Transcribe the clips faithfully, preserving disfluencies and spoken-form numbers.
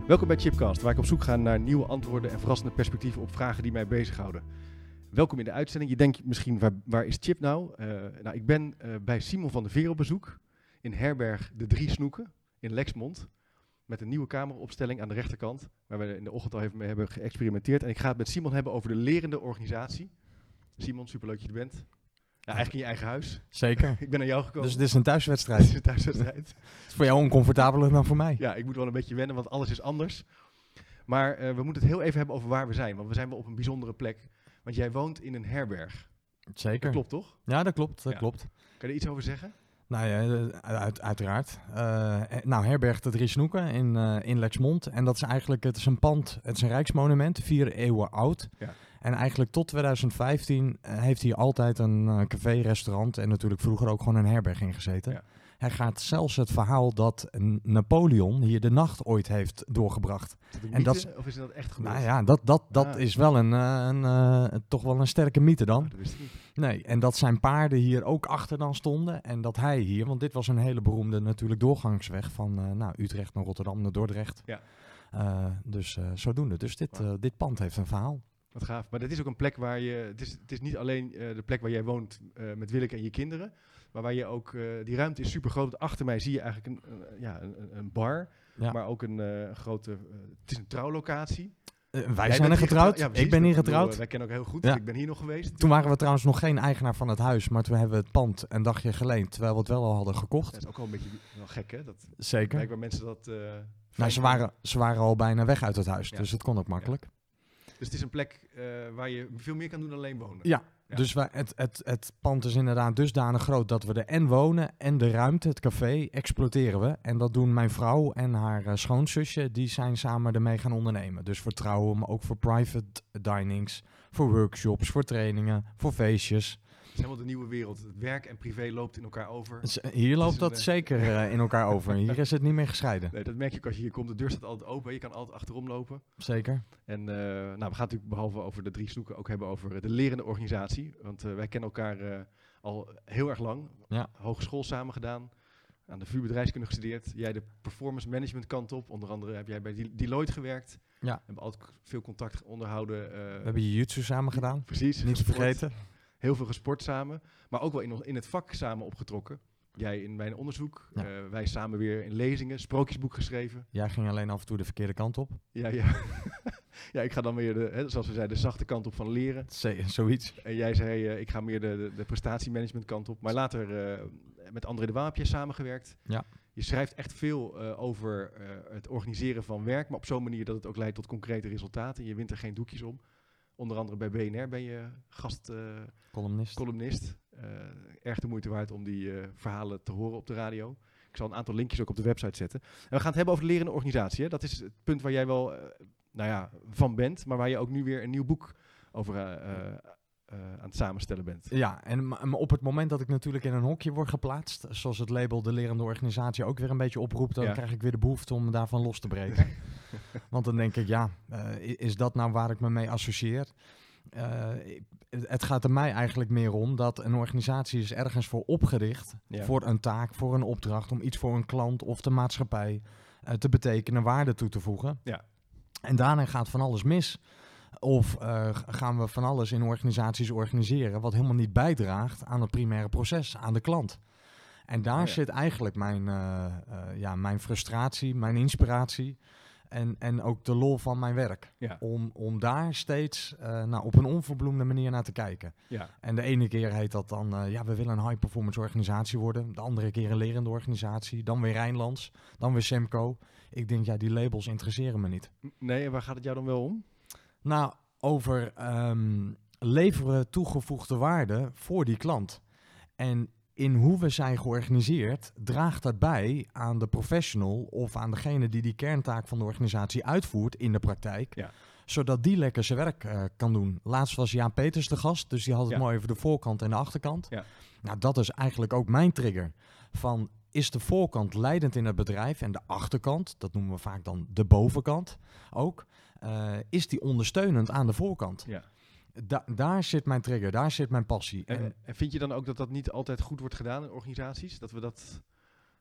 Welkom bij Chipcast, waar ik op zoek ga naar nieuwe antwoorden en verrassende perspectieven op vragen die mij bezighouden. Welkom in de uitzending. Je denkt misschien, waar, waar is Chip nou? Uh, nou, ik ben uh, bij Simon van der Veer op bezoek in herberg De Drie Snoeken in Lexmond. Met een nieuwe kameropstelling aan de rechterkant, waar we in de ochtend al even mee hebben geëxperimenteerd. En ik ga het met Simon hebben over de lerende organisatie. Simon, superleuk dat je er bent. Ja, eigenlijk in je eigen huis. Zeker. Ik ben naar jou gekomen. Dus dit is een thuiswedstrijd. Het is een thuiswedstrijd. Het is voor jou oncomfortabeler dan voor mij. Ja, ik moet wel een beetje wennen, want alles is anders. Maar uh, we moeten het heel even hebben over waar we zijn. Want we zijn wel op een bijzondere plek. Want jij woont in een herberg. Zeker. Dat klopt toch? Ja, dat klopt. Dat ja. klopt. Kan je er iets over zeggen? Nou ja, uit, uiteraard. Uh, nou, herberg De Drie Snoeken in, uh, in Lexmond. En dat is eigenlijk, het is een pand, het is een rijksmonument, vier eeuwen oud. Ja. En eigenlijk tot twintig vijftien uh, heeft hij altijd een uh, café, restaurant en natuurlijk vroeger ook gewoon een herberg ingezeten. Ja. Hij gaat zelfs het verhaal dat Napoleon hier de nacht ooit heeft doorgebracht. Is dat een en mythe, dat, of is dat echt gebeurd? Nou ja, dat, dat, dat ah. is wel een, een, een, toch wel een sterke mythe dan. Oh, dat wist ik niet. Nee, en dat zijn paarden hier ook achter dan stonden. En dat hij hier, want dit was een hele beroemde natuurlijk doorgangsweg van uh, nou, Utrecht naar Rotterdam naar Dordrecht. Ja. Uh, dus uh, zodoende. Dus dit, uh, dit pand heeft een verhaal. Wat gaaf. Maar dit is ook een plek waar je... Het is, het is niet alleen uh, de plek waar jij woont uh, met Willeke en je kinderen. Maar waar je ook... Uh, die ruimte is super groot. Achter mij zie je eigenlijk een, een, ja, een, een bar. Ja. Maar ook een uh, grote... Uh, het is een trouwlocatie. Uh, wij jij zijn er getrouwd. Ja, ik ben hier getrouwd. Uh, wij kennen ook heel goed. Ja. Ik ben hier nog geweest. Toen waren we trouwens nog geen eigenaar van het huis. Maar toen hebben we het pand een dagje geleend. Terwijl we het wel al hadden gekocht. Dat is ook wel een beetje wel gek, hè? Dat Zeker. Blijkbaar mensen dat... Uh, nou, ze waren, ze waren al bijna weg uit het huis. Ja. Dus het kon ook makkelijk. Ja. Dus het is een plek uh, waar je veel meer kan doen dan alleen wonen. Ja, ja. dus wij, het, het, het pand is inderdaad dusdanig groot dat we er en wonen en de ruimte, het café, exploiteren we. En dat doen mijn vrouw en haar uh, schoonzusje, die zijn samen ermee gaan ondernemen. Dus voor trouwen, maar ook voor private dinings, voor workshops, voor trainingen, voor feestjes. Het is helemaal de nieuwe wereld. Het werk en privé loopt in elkaar over. Hier loopt dat een, zeker uh, in elkaar over. Hier is het niet meer gescheiden. Nee, dat merk je ook als je hier komt. De deur staat altijd open. Je kan altijd achterom lopen. Zeker. En uh, nou, we gaan natuurlijk behalve over de Drie Snoeken ook hebben over de lerende organisatie. Want uh, wij kennen elkaar uh, al heel erg lang. Ja. Hogeschool samen gedaan. Aan de V U bedrijfskunde gestudeerd. Jij de performance management kant op. Onder andere heb jij bij Deloitte gewerkt. Ja. We hebben altijd veel contact onderhouden. Uh, we hebben jiu-jitsu samen gedaan. Precies. Niet te vergeten. Heel veel gesport samen, maar ook wel in, in het vak samen opgetrokken. Jij in mijn onderzoek, ja. uh, wij samen weer in lezingen, sprookjesboek geschreven. Jij ging alleen af en toe de verkeerde kant op. Ja, ja. ja ik ga dan weer, de, hè, zoals we zeiden, de zachte kant op van leren. Z- zoiets. En jij zei, uh, ik ga meer de, de, de prestatiemanagement kant op. Maar later uh, met André de Waal heb je samengewerkt. Ja. Je schrijft echt veel uh, over uh, het organiseren van werk, maar op zo'n manier dat het ook leidt tot concrete resultaten. Je wint er geen doekjes om. Onder andere bij B N R ben je gast uh, columnist. columnist. Uh, erg de moeite waard om die uh, verhalen te horen op de radio. Ik zal een aantal linkjes ook op de website zetten. En we gaan het hebben over de lerende organisatie. Hè? Dat is het punt waar jij wel uh, nou ja, van bent, maar waar je ook nu weer een nieuw boek over uh, uh, Uh, aan het samenstellen bent. Ja, en m- op het moment dat ik natuurlijk in een hokje word geplaatst, zoals het label de lerende organisatie ook weer een beetje oproept, dan ja. krijg ik weer de behoefte om me daarvan los te breken. Want dan denk ik, ja, uh, is dat nou waar ik me mee associeer? Uh, het gaat er mij eigenlijk meer om dat een organisatie is ergens voor opgericht, ja. voor een taak, voor een opdracht, om iets voor een klant of de maatschappij uh, te betekenen, waarde toe te voegen. Ja. En daarna gaat van alles mis. Of uh, gaan we van alles in organisaties organiseren wat helemaal niet bijdraagt aan het primaire proces, aan de klant. En daar oh ja. zit eigenlijk mijn, uh, uh, ja, mijn frustratie, mijn inspiratie en, en ook de lol van mijn werk. Ja. Om, om daar steeds uh, nou, op een onverbloemde manier naar te kijken. Ja. En de ene keer heet dat dan, uh, ja, we willen een high performance organisatie worden. De andere keer een lerende organisatie. Dan weer Rijnlands, dan weer Semco. Ik denk, ja, die labels interesseren me niet. Nee, en waar gaat het jou dan wel om? Nou, over um, leveren toegevoegde waarde voor die klant. En in hoe we zijn georganiseerd, draagt dat bij aan de professional of aan degene die die kerntaak van de organisatie uitvoert in de praktijk. Ja. Zodat die lekker zijn werk uh, kan doen. Laatst was Jaan Peters de gast, dus die had het ja. mooi over de voorkant en de achterkant. Ja. Nou, dat is eigenlijk ook mijn trigger. Van, is de voorkant leidend in het bedrijf en de achterkant, dat noemen we vaak dan de bovenkant ook, uh, is die ondersteunend aan de voorkant. Ja. Da- daar zit mijn trigger, daar zit mijn passie. En, en, en vind je dan ook dat dat niet altijd goed wordt gedaan in organisaties? Dat we dat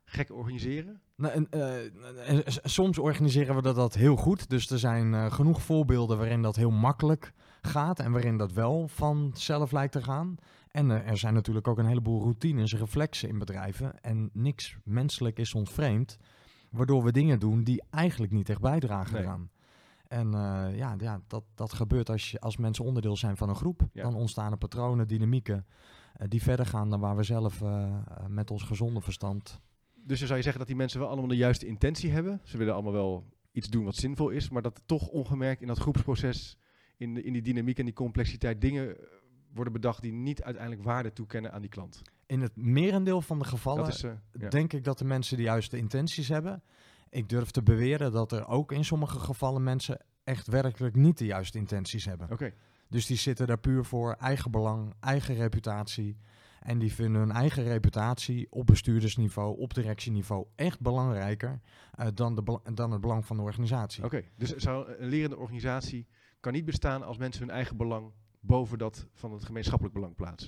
gek organiseren? Nou, en, uh, s- soms organiseren we dat, dat heel goed. Dus er zijn uh, genoeg voorbeelden waarin dat heel makkelijk gaat en waarin dat wel vanzelf lijkt te gaan. En uh, er zijn natuurlijk ook een heleboel routines, reflexen in bedrijven. En niks menselijk is ons vreemd, waardoor we dingen doen die eigenlijk niet echt bijdragen Nee. eraan. En uh, ja, ja dat, dat gebeurt als, je, als mensen onderdeel zijn van een groep. Ja. Dan ontstaan er patronen, dynamieken, uh, die verder gaan dan waar we zelf uh, uh, met ons gezonde verstand... Dus dan zou je zeggen dat die mensen wel allemaal de juiste intentie hebben. Ze willen allemaal wel iets doen wat zinvol is, maar dat toch ongemerkt in dat groepsproces, in, de, in die dynamiek en die complexiteit dingen worden bedacht die niet uiteindelijk waarde toekennen aan die klant. In het merendeel van de gevallen Dat is, uh, ja. denk ik dat de mensen de juiste intenties hebben. Ik durf te beweren dat er ook in sommige gevallen mensen echt werkelijk niet de juiste intenties hebben. Oké. Okay. Dus die zitten daar puur voor eigen belang, eigen reputatie. En die vinden hun eigen reputatie op bestuurdersniveau, op directieniveau echt belangrijker uh, dan, de bela- dan het belang van de organisatie. Oké, okay. Dus zou een lerende organisatie kan niet bestaan als mensen hun eigen belang boven dat van het gemeenschappelijk belang plaatsen?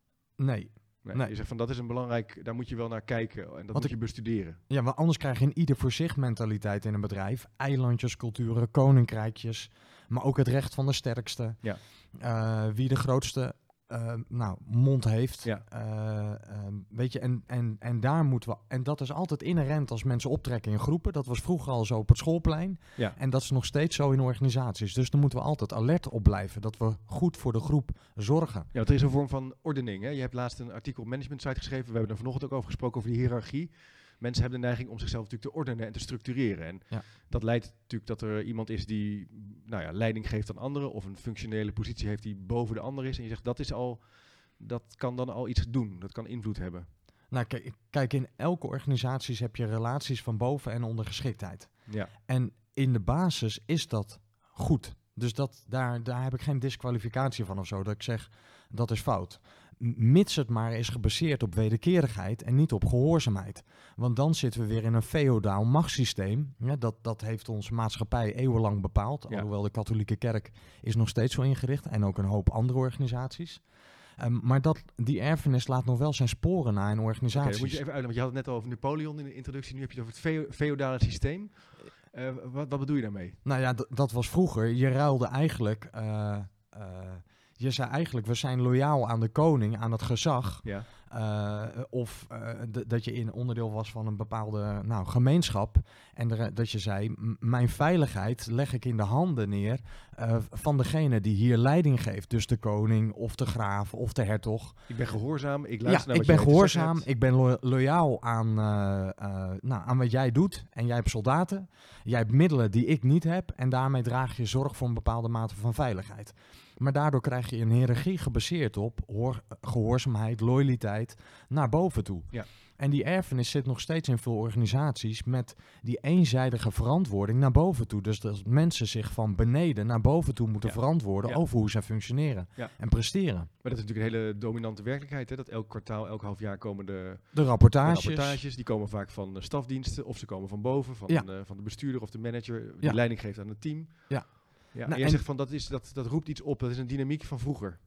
Nee. Nee, nee. Je zegt van dat is een belangrijk, daar moet je wel naar kijken en dat Want moet ik, je bestuderen. Ja, want anders krijg je een ieder voor zich mentaliteit in een bedrijf. Eilandjesculturen, koninkrijkjes, maar ook het recht van de sterkste. Ja. Uh, wie de grootste uh, nou, mond heeft. Ja. Uh, uh, weet je, en, en, en daar moeten we. En dat is altijd inherent als mensen optrekken in groepen. Dat was vroeger al zo op het schoolplein. Ja. En dat is nog steeds zo in organisaties. Dus daar moeten we altijd alert op blijven. Dat we goed voor de groep zorgen. Ja, want er is een vorm van ordening. Hè? Je hebt laatst een artikel op Management Site geschreven. We hebben er vanochtend ook over gesproken, over die hiërarchie. Mensen hebben de neiging om zichzelf natuurlijk te ordenen en te structureren. En ja. dat leidt natuurlijk dat er iemand is die nou ja, leiding geeft aan anderen, of een functionele positie heeft die boven de ander is. En je zegt dat is al, dat kan dan al iets doen. Dat kan invloed hebben. Nou, kijk, kijk, in elke organisatie heb je relaties van boven en ondergeschiktheid. Ja. En in de basis is dat goed. Dus dat, daar, daar heb ik geen disqualificatie van of zo, dat ik zeg dat is fout. Mits het maar is gebaseerd op wederkerigheid en niet op gehoorzaamheid. Want dan zitten we weer in een feodaal machtssysteem. Ja, dat, dat heeft onze maatschappij eeuwenlang bepaald. Ja. Alhoewel de katholieke kerk is nog steeds zo ingericht. En ook een hoop andere organisaties. Um, maar dat, die erfenis laat nog wel zijn sporen na in organisaties. Okay, dan moet je even uitleggen, want je had het net al over Napoleon in de introductie. Nu heb je het over het feodale systeem. Uh, wat, wat bedoel je daarmee? Nou ja, d- dat was vroeger. Je ruilde eigenlijk... Uh, uh, Je zei eigenlijk, we zijn loyaal aan de koning, aan het gezag. Ja. Uh, of uh, d- dat je in onderdeel was van een bepaalde nou, gemeenschap. En er, dat je zei, m- mijn veiligheid leg ik in de handen neer uh, van degene die hier leiding geeft. Dus de koning of de graaf of de hertog. Ik ben gehoorzaam, ik luister ja, naar wat ik ben jij gehoorzaam, ik ben lo- loyaal aan, uh, uh, nou, aan wat jij doet. En jij hebt soldaten, jij hebt middelen die ik niet heb. En daarmee draag je zorg voor een bepaalde mate van veiligheid. Maar daardoor krijg je een hiërarchie gebaseerd op hoor, gehoorzaamheid, loyaliteit naar boven toe. Ja. En die erfenis zit nog steeds in veel organisaties met die eenzijdige verantwoording naar boven toe. Dus dat mensen zich van beneden naar boven toe moeten ja. verantwoorden ja. over hoe ze functioneren ja. en presteren. Maar dat is natuurlijk een hele dominante werkelijkheid. Hè? Dat elk kwartaal, elk half jaar komen de, de, rapportages. de rapportages. Die komen vaak van de stafdiensten of ze komen van boven, van, ja. de, van de bestuurder of de manager die ja. leiding geeft aan het team. Ja. Ja, nou, en jij zegt van dat, is, dat, dat roept iets op, dat is een dynamiek van vroeger.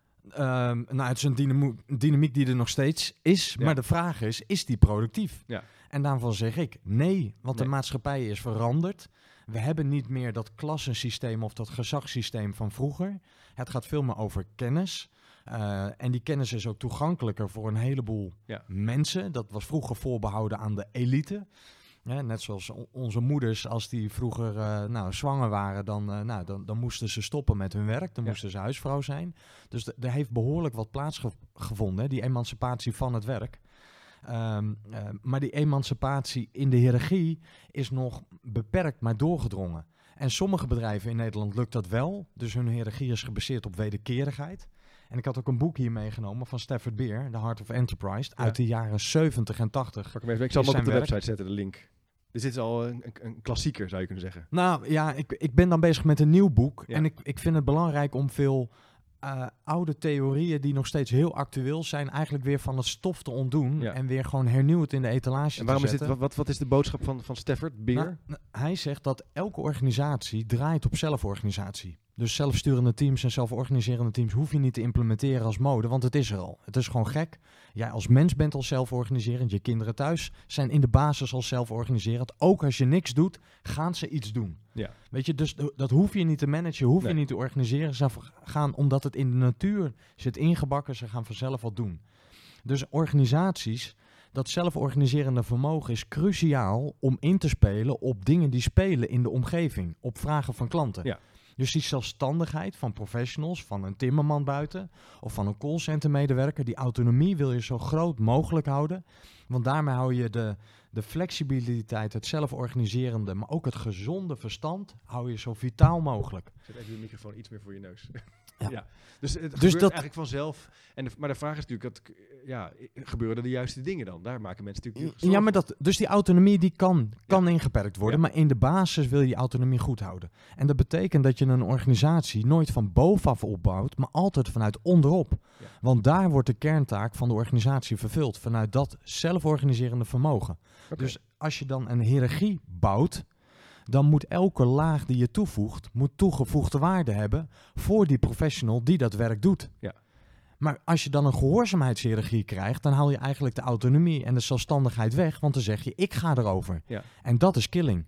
Um, nou, het is een dynamo- dynamiek die er nog steeds is, ja. maar de vraag is, is die productief? Ja. En daarvan zeg ik nee, want nee. de maatschappij is veranderd. We hebben niet meer dat klassensysteem of dat gezagssysteem van vroeger. Het gaat veel meer over kennis. Uh, en die kennis is ook toegankelijker voor een heleboel ja. mensen. Dat was vroeger voorbehouden aan de elite. Ja, net zoals on- onze moeders, als die vroeger uh, nou, zwanger waren, dan, uh, nou, dan, dan moesten ze stoppen met hun werk. Dan ja. moesten ze huisvrouw zijn. Dus d- er heeft behoorlijk wat plaatsgevonden, ge- die emancipatie van het werk. Um, uh, maar die emancipatie in de hiërarchie is nog beperkt, maar doorgedrongen. En sommige bedrijven in Nederland lukt dat wel. Dus hun hiërarchie is gebaseerd op wederkerigheid. En ik had ook een boek hier meegenomen van Stafford Beer, The Heart of Enterprise, ja. uit de jaren zeventig en tachtig. Pak hem even. Ik zal hem ook op de werk. website zetten, de link. Dus dit is al een, een, een klassieker, zou je kunnen zeggen. Nou ja, ik, ik ben dan bezig met een nieuw boek. Ja. En ik, ik vind het belangrijk om veel uh, oude theorieën die nog steeds heel actueel zijn, eigenlijk weer van het stof te ontdoen. Ja. En weer gewoon hernieuwd in de etalage en waarom te is zetten. dit, wat, wat is de boodschap van, van Stafford Beer? Nou, nou, hij zegt dat elke organisatie draait op zelforganisatie. Dus zelfsturende teams en zelforganiserende teams hoef je niet te implementeren als mode, want het is er al. Het is gewoon gek. Jij als mens bent al zelforganiserend. Je kinderen thuis zijn in de basis al zelforganiserend. Ook als je niks doet, gaan ze iets doen. Ja. Weet je, dus d- dat hoef je niet te managen, hoef Nee. je niet te organiseren. Ze gaan omdat het in de natuur zit ingebakken, ze gaan vanzelf wat doen. Dus organisaties, dat zelforganiserende vermogen is cruciaal om in te spelen op dingen die spelen in de omgeving, op vragen van klanten. Ja. Dus die zelfstandigheid van professionals, van een timmerman buiten of van een callcenter medewerker, die autonomie wil je zo groot mogelijk houden. Want daarmee hou je de, de flexibiliteit, het zelforganiserende, maar ook het gezonde verstand, hou je zo vitaal mogelijk. Zet even de microfoon iets meer voor je neus. Ja. Ja. Dus het Dus gebeurt dat- eigenlijk vanzelf. En de, maar de vraag is natuurlijk, dat, ja, gebeuren er de juiste dingen dan? Daar maken mensen natuurlijk heel Ja, maar dat, dus die autonomie die kan, kan ingeperkt worden, Ja. maar in de basis wil je die autonomie goed houden. En dat betekent dat je een organisatie nooit van bovenaf opbouwt, maar altijd vanuit onderop. Ja. Want daar wordt de kerntaak van de organisatie vervuld, vanuit dat zelforganiserende vermogen. Oké. Dus als je dan een hiërarchie bouwt, dan moet elke laag die je toevoegt, moet toegevoegde waarde hebben voor die professional die dat werk doet. Ja. Maar als je dan een gehoorzaamheidshierarchie krijgt, dan haal je eigenlijk de autonomie en de zelfstandigheid weg, want dan zeg je, ik ga erover. Ja. En dat is killing.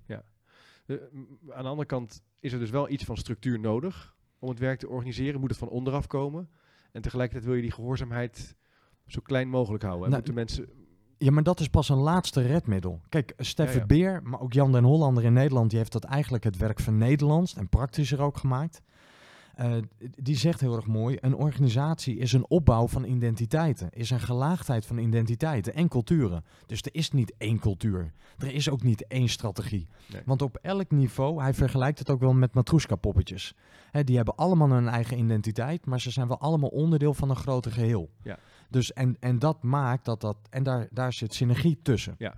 De- m- aan de andere kant is er dus wel iets van structuur nodig om het werk te organiseren. Moet het van onderaf komen. En tegelijkertijd wil je die gehoorzaamheid zo klein mogelijk houden. En Nou, moeten mensen... Ja, maar dat is pas een laatste redmiddel. Kijk, Steffen Ja, ja. Beer, maar ook Jan den Hollander in Nederland, die heeft dat eigenlijk het werk vernederlandst en praktischer ook gemaakt. Uh, die zegt heel erg mooi, een organisatie is een opbouw van identiteiten, is een gelaagdheid van identiteiten en culturen. Dus er is niet één cultuur, er is ook niet één strategie. Nee. Want op elk niveau, hij vergelijkt het ook wel met Matroeska-poppetjes. Hè, die hebben allemaal een eigen identiteit, maar ze zijn wel allemaal onderdeel van een groter geheel. Ja. Dus en, en dat maakt dat dat, en daar, daar zit synergie tussen. Ja.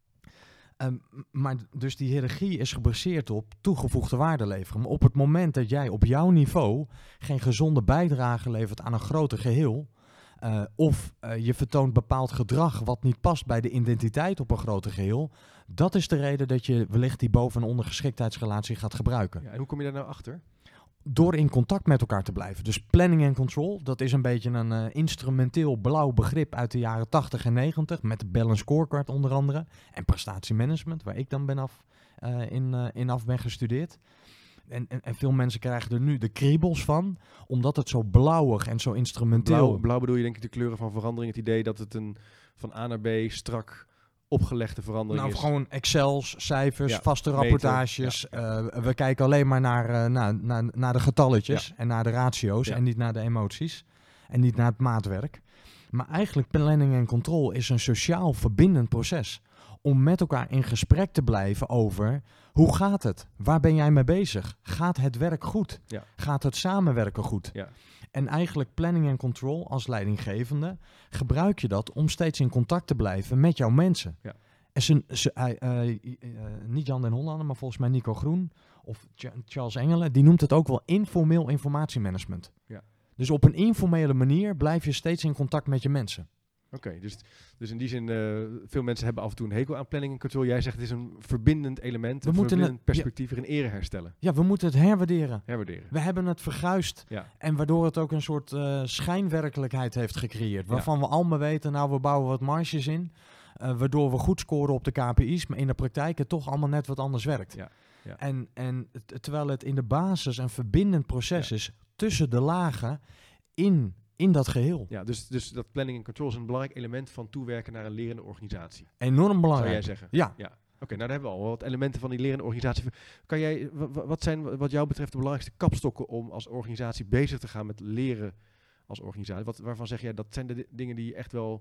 Um, maar dus die hiërarchie is gebaseerd op toegevoegde waarde leveren. Maar op het moment dat jij op jouw niveau geen gezonde bijdrage levert aan een groter geheel, uh, of uh, je vertoont bepaald gedrag wat niet past bij de identiteit op een groter geheel, dat is de reden dat je wellicht die boven- en ondergeschiktheidsrelatie gaat gebruiken. Ja, en hoe kom je daar nou achter? Door in contact met elkaar te blijven. Dus planning and control, dat is een beetje een uh, instrumenteel blauw begrip uit de jaren tachtig en negentig, met de balance scorecard onder andere, en prestatiemanagement, waar ik dan ben af, uh, in, uh, in af ben gestudeerd. En, en, en veel mensen krijgen er nu de kriebels van, omdat het zo blauwig en zo instrumenteel... Blauw, blauw bedoel je denk ik de kleuren van verandering, het idee dat het een van A naar B strak opgelegde verandering Nou, is. gewoon Excels, cijfers, Ja, vaste meten, rapportages. Uh, we kijken alleen maar naar, uh, naar, naar, naar de getalletjes Ja. en naar de ratio's Ja. en niet naar de emoties. En niet naar het maatwerk. Maar eigenlijk planning en control is een sociaal verbindend proces. Om met elkaar in gesprek te blijven over hoe gaat het? Waar ben jij mee bezig? Gaat het werk goed? Ja. Gaat het samenwerken goed? Ja. En eigenlijk planning en control als leidinggevende gebruik je dat om steeds in contact te blijven met jouw mensen. Ja. En ze, ze, uh, uh, uh, niet Jan den Hollander, maar volgens mij Nico Groen of Ch- Charles Engelen, die noemt het ook wel informeel informatiemanagement. Ja. Dus op een informele manier blijf je steeds in contact met je mensen. Oké, okay, dus, dus in die zin, uh, veel mensen hebben af en toe een hekel aan planning en control. Jij zegt het is een verbindend element, We een moeten verbindend het- perspectief, er een ere herstellen, Ja, we moeten het herwaarderen. herwaarderen. We hebben het verguisd. Ja. En waardoor het ook een soort uh, schijnwerkelijkheid heeft gecreëerd. Waarvan we allemaal weten, nou we bouwen wat marges in. Uh, waardoor we goed scoren op de K P I's. Maar in de praktijk het toch allemaal net wat anders werkt. Ja. Ja. En, en t- terwijl het in de basis een verbindend proces Ja. is tussen de lagen in, in dat geheel. Ja, dus, dus dat planning en control is een belangrijk element van toewerken naar een lerende organisatie. Enorm Zou belangrijk. jij zeggen? Ja. Ja. Oké, okay, nou daar hebben we al wat elementen van die lerende organisatie. Kan jij, w- w- wat zijn wat jou betreft de belangrijkste kapstokken om als organisatie bezig te gaan met leren als organisatie? Wat, waarvan zeg jij dat zijn de d- dingen die je echt wel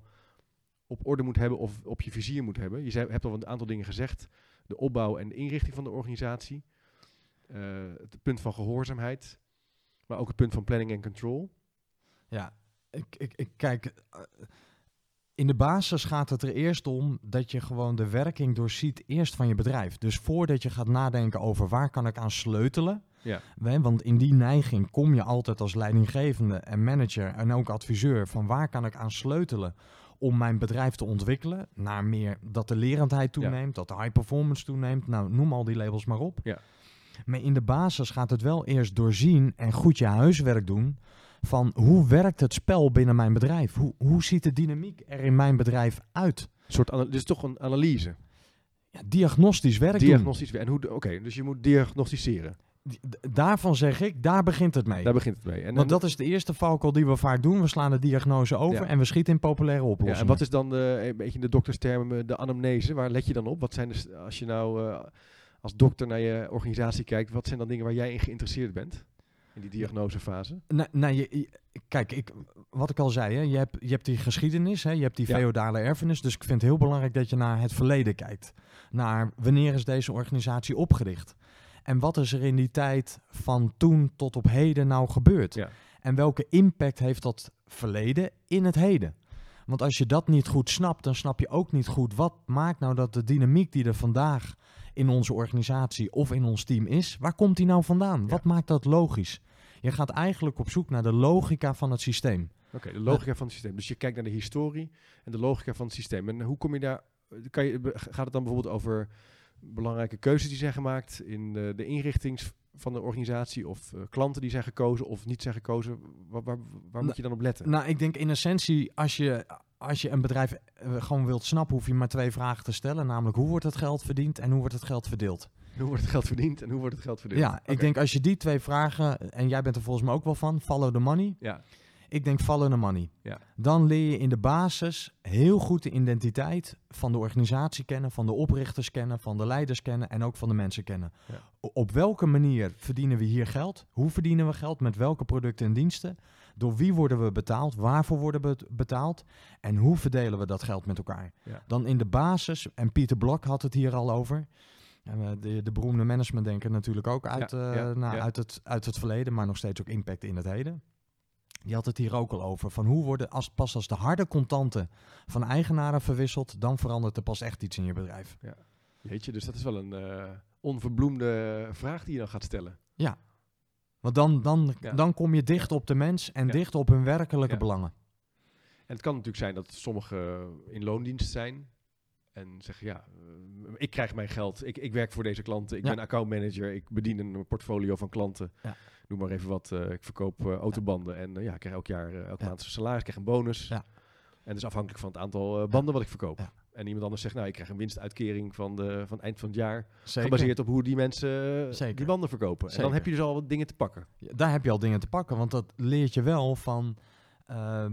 op orde moet hebben of op je vizier moet hebben? Je zei, hebt al een aantal dingen gezegd. De opbouw en de inrichting van de organisatie. Uh, het punt van gehoorzaamheid. Maar ook het punt van planning en control. Ja, ik, ik, ik kijk, uh, in de basis gaat het er eerst om dat je gewoon de werking doorziet eerst van je bedrijf. Dus voordat je gaat nadenken over waar kan ik aan sleutelen. Ja. We, want in die neiging kom je altijd als leidinggevende en manager en ook adviseur van waar kan ik aan sleutelen om mijn bedrijf te ontwikkelen naar meer dat de lerendheid toeneemt, ja. dat de high performance toeneemt. Nou, noem al die labels maar op. Ja. Maar in de basis gaat het wel eerst doorzien en goed je huiswerk doen van hoe werkt het spel binnen mijn bedrijf? Hoe, hoe ziet de dynamiek er in mijn bedrijf uit? Een soort ana- dit is toch een analyse. Ja, diagnostisch werk Diagnostisch. En hoe? de- Oké, okay, dus je moet diagnosticeren. doen. D- daarvan zeg ik, daar begint het mee. Daar begint het mee. En, Want en, dat is de eerste valkuil die we vaak doen. We slaan de diagnose over Ja. en we schieten in populaire ja, oplossingen. en wat is dan de, een beetje in de dokterstermen de anamnese? Waar let je dan op? Wat zijn dus, als je nou uh, als dokter naar je organisatie kijkt, wat zijn dan dingen waar jij in geïnteresseerd bent? In die diagnosefase? Nou, nou, je, je- kijk, ik, wat ik al zei, hè, je, hebt, je hebt die geschiedenis, hè, je hebt die Ja. feodale erfenis. Dus ik vind het heel belangrijk dat je naar het verleden kijkt. Naar wanneer is deze organisatie opgericht? En wat is er in die tijd van toen tot op heden nou gebeurd? Ja. En welke impact heeft dat verleden in het heden? Want als je dat niet goed snapt, dan snap je ook niet goed wat maakt nou dat de dynamiek die er vandaag in onze organisatie of in ons team is, waar komt die nou vandaan? Ja. Wat maakt dat logisch? Je gaat eigenlijk op zoek naar de logica van het systeem. Oké, okay, de logica van het systeem. Dus je kijkt naar de historie en de logica van het systeem. En hoe kom je daar? Kan je, gaat het dan bijvoorbeeld over belangrijke keuzes die zijn gemaakt in de, de inrichting van de organisatie of uh, klanten die zijn gekozen of niet zijn gekozen? Waar, waar, waar moet je dan op letten? Nou, ik denk in essentie, als je, als je een bedrijf uh, gewoon wilt snappen, hoef je maar twee vragen te stellen. Namelijk, hoe wordt het geld verdiend en hoe wordt het geld verdeeld? Hoe wordt het geld verdiend en hoe wordt het geld verdeeld? Ja, okay. Ik denk als je die twee vragen, en jij bent er volgens mij ook wel van, follow the money. Ja. Ik denk follow the money. Ja. Dan leer je in de basis heel goed de identiteit van de organisatie kennen, van de oprichters kennen, van de leiders kennen en ook van de mensen kennen. Ja. Op welke manier verdienen we hier geld? Hoe verdienen we geld? Met welke producten en diensten? Door wie worden we betaald? Waarvoor worden we betaald? En hoe verdelen we dat geld met elkaar? Ja. Dan in de basis, en Pieter Blok had het hier al over. En de, de beroemde managementdenker natuurlijk ook uit, Ja, uh, ja, nou, ja. Uit, het, uit het verleden, maar nog steeds ook impact in het heden. Die had het hier ook al over. Van hoe worden, als, pas als de harde contanten van eigenaren verwisseld, dan verandert er pas echt iets in je bedrijf. Ja. Weet je, dus dat is wel een uh, onverbloemde vraag die je dan gaat stellen. Ja, want dan, dan, Ja. dan kom je dicht op de mens en Ja. dicht op hun werkelijke Ja. belangen. En het kan natuurlijk zijn dat sommigen in loondienst zijn en zeggen, ja, uh, ik krijg mijn geld, ik, ik werk voor deze klanten, ik Ja. ben accountmanager, ik bedien een portfolio van klanten. Ja. Noem maar even wat, uh, ik verkoop uh, autobanden en uh, ja, ik krijg elk jaar, uh, elke Ja. maand een salaris, ik krijg een bonus. Ja. En dat is afhankelijk van het aantal uh, banden wat ik verkoop. Ja. En iemand anders zegt, nou, ik krijg een winstuitkering van, de, van het eind van het jaar, Zeker. gebaseerd op hoe die mensen uh, Zeker. die banden verkopen. Zeker. En dan heb je dus al wat dingen te pakken. Ja, daar heb je al dingen te pakken, want dat leert je wel van ehm,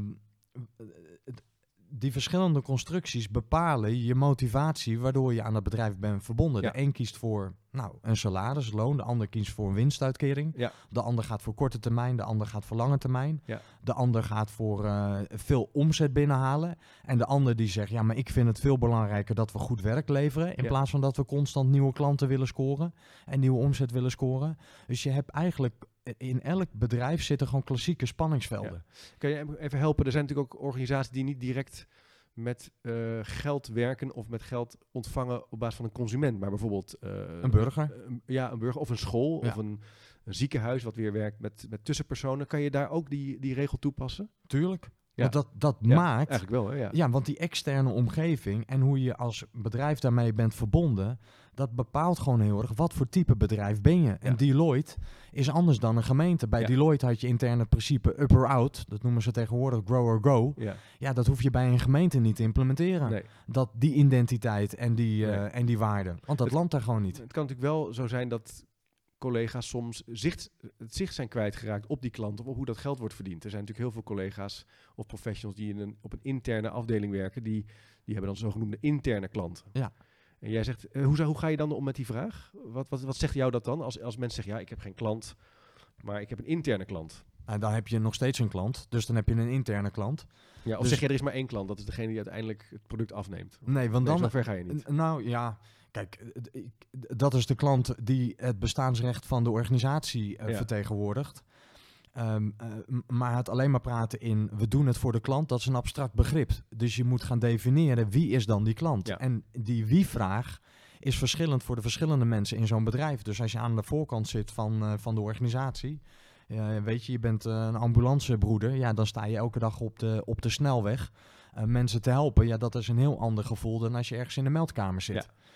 die verschillende constructies bepalen je motivatie waardoor je aan het bedrijf bent verbonden. Ja. De een kiest voor nou, een salarisloon, de ander kiest voor een winstuitkering. Ja. De ander gaat voor korte termijn, de ander gaat voor lange termijn. Ja. De ander gaat voor uh, veel omzet binnenhalen. En de ander die zegt, ja, maar ik vind het veel belangrijker dat we goed werk leveren, in Ja. plaats van dat we constant nieuwe klanten willen scoren en nieuwe omzet willen scoren. Dus je hebt eigenlijk in elk bedrijf zitten gewoon klassieke spanningsvelden. Ja. Kan je even helpen? Er zijn natuurlijk ook organisaties die niet direct met uh, geld werken of met geld ontvangen op basis van een consument, maar bijvoorbeeld uh, Een burger. Uh, ja, een burger of een school Ja. of een, een ziekenhuis wat weer werkt met, met tussenpersonen. Kan je daar ook die, die regel toepassen? Tuurlijk. Ja. Want dat, dat Ja, maakt... Eigenlijk wel, hè? Ja. Ja, want die externe omgeving en hoe je als bedrijf daarmee bent verbonden, dat bepaalt gewoon heel erg wat voor type bedrijf ben je. En Ja. Deloitte is anders dan een gemeente. Bij Ja. Deloitte had je intern het principe up or out. Dat noemen ze tegenwoordig grow or go. Ja. Ja, dat hoef je bij een gemeente niet te implementeren. Nee. Dat die identiteit en die, uh, Nee. en die waarde. Want dat Het- landt daar gewoon niet. Het kan natuurlijk wel zo zijn dat collega's soms zicht, het zicht zijn kwijtgeraakt op die klant of op hoe dat geld wordt verdiend. Er zijn natuurlijk heel veel collega's of professionals die in een, op een interne afdeling werken, die, die hebben dan zogenoemde interne klanten. Ja. En jij zegt, uh, hoe, zou- hoe ga je dan om met die vraag? Wat, wat, wat zegt jou dat dan? Als, als mensen zeggen, ja, ik heb geen klant, maar ik heb een interne klant. En dan heb je nog steeds een klant. Dus dan heb je een interne klant. Ja, of Dus- zeg je, er is maar één klant, dat is degene die uiteindelijk het product afneemt. Nee, want Nee, dan... zover ga je niet. N- Nou ja, kijk, eh, d- ik- d- dat is de klant die het bestaansrecht van de organisatie eh, Ja. vertegenwoordigt. Ehm, eh, m- maar het alleen maar praten in we doen het voor de klant, dat is een abstract begrip. Dus je moet gaan definiëren wie is dan die klant. Ja. En die wie-vraag is verschillend voor de verschillende mensen in zo'n bedrijf. Dus als je aan de voorkant zit van, eh, van de organisatie, eh, weet je, je bent eh, een ambulancebroeder, ja, dan sta je elke dag op de, op de snelweg. Uh, mensen te helpen, ja, dat is een heel ander gevoel dan als je ergens in de meldkamer zit. Ja, ja.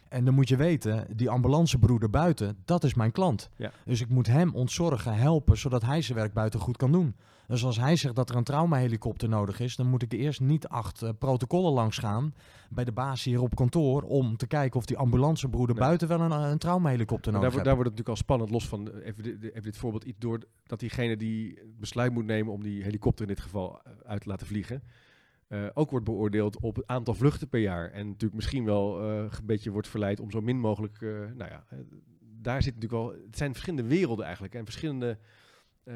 En dan moet je weten, die ambulancebroeder buiten, dat is mijn klant. Ja. Dus ik moet hem ontzorgen, helpen, zodat hij zijn werk buiten goed kan doen. Dus als hij zegt dat er een traumahelikopter nodig is, dan moet ik eerst niet acht uh, protocollen langs gaan bij de baas hier op kantoor om te kijken of die ambulancebroeder Nee. buiten wel een, een traumahelikopter Daar, nodig wordt- heeft. daar wordt het natuurlijk al spannend, los van, uh, even, dit, even dit voorbeeld, iets door dat diegene die het besluit moet nemen om die helikopter in dit geval uh, uit te laten vliegen, uh, ook wordt beoordeeld op het aantal vluchten per jaar. En natuurlijk misschien wel uh, een beetje wordt verleid om zo min mogelijk, uh, nou ja, uh, daar zit natuurlijk wel, het zijn verschillende werelden eigenlijk en verschillende uh,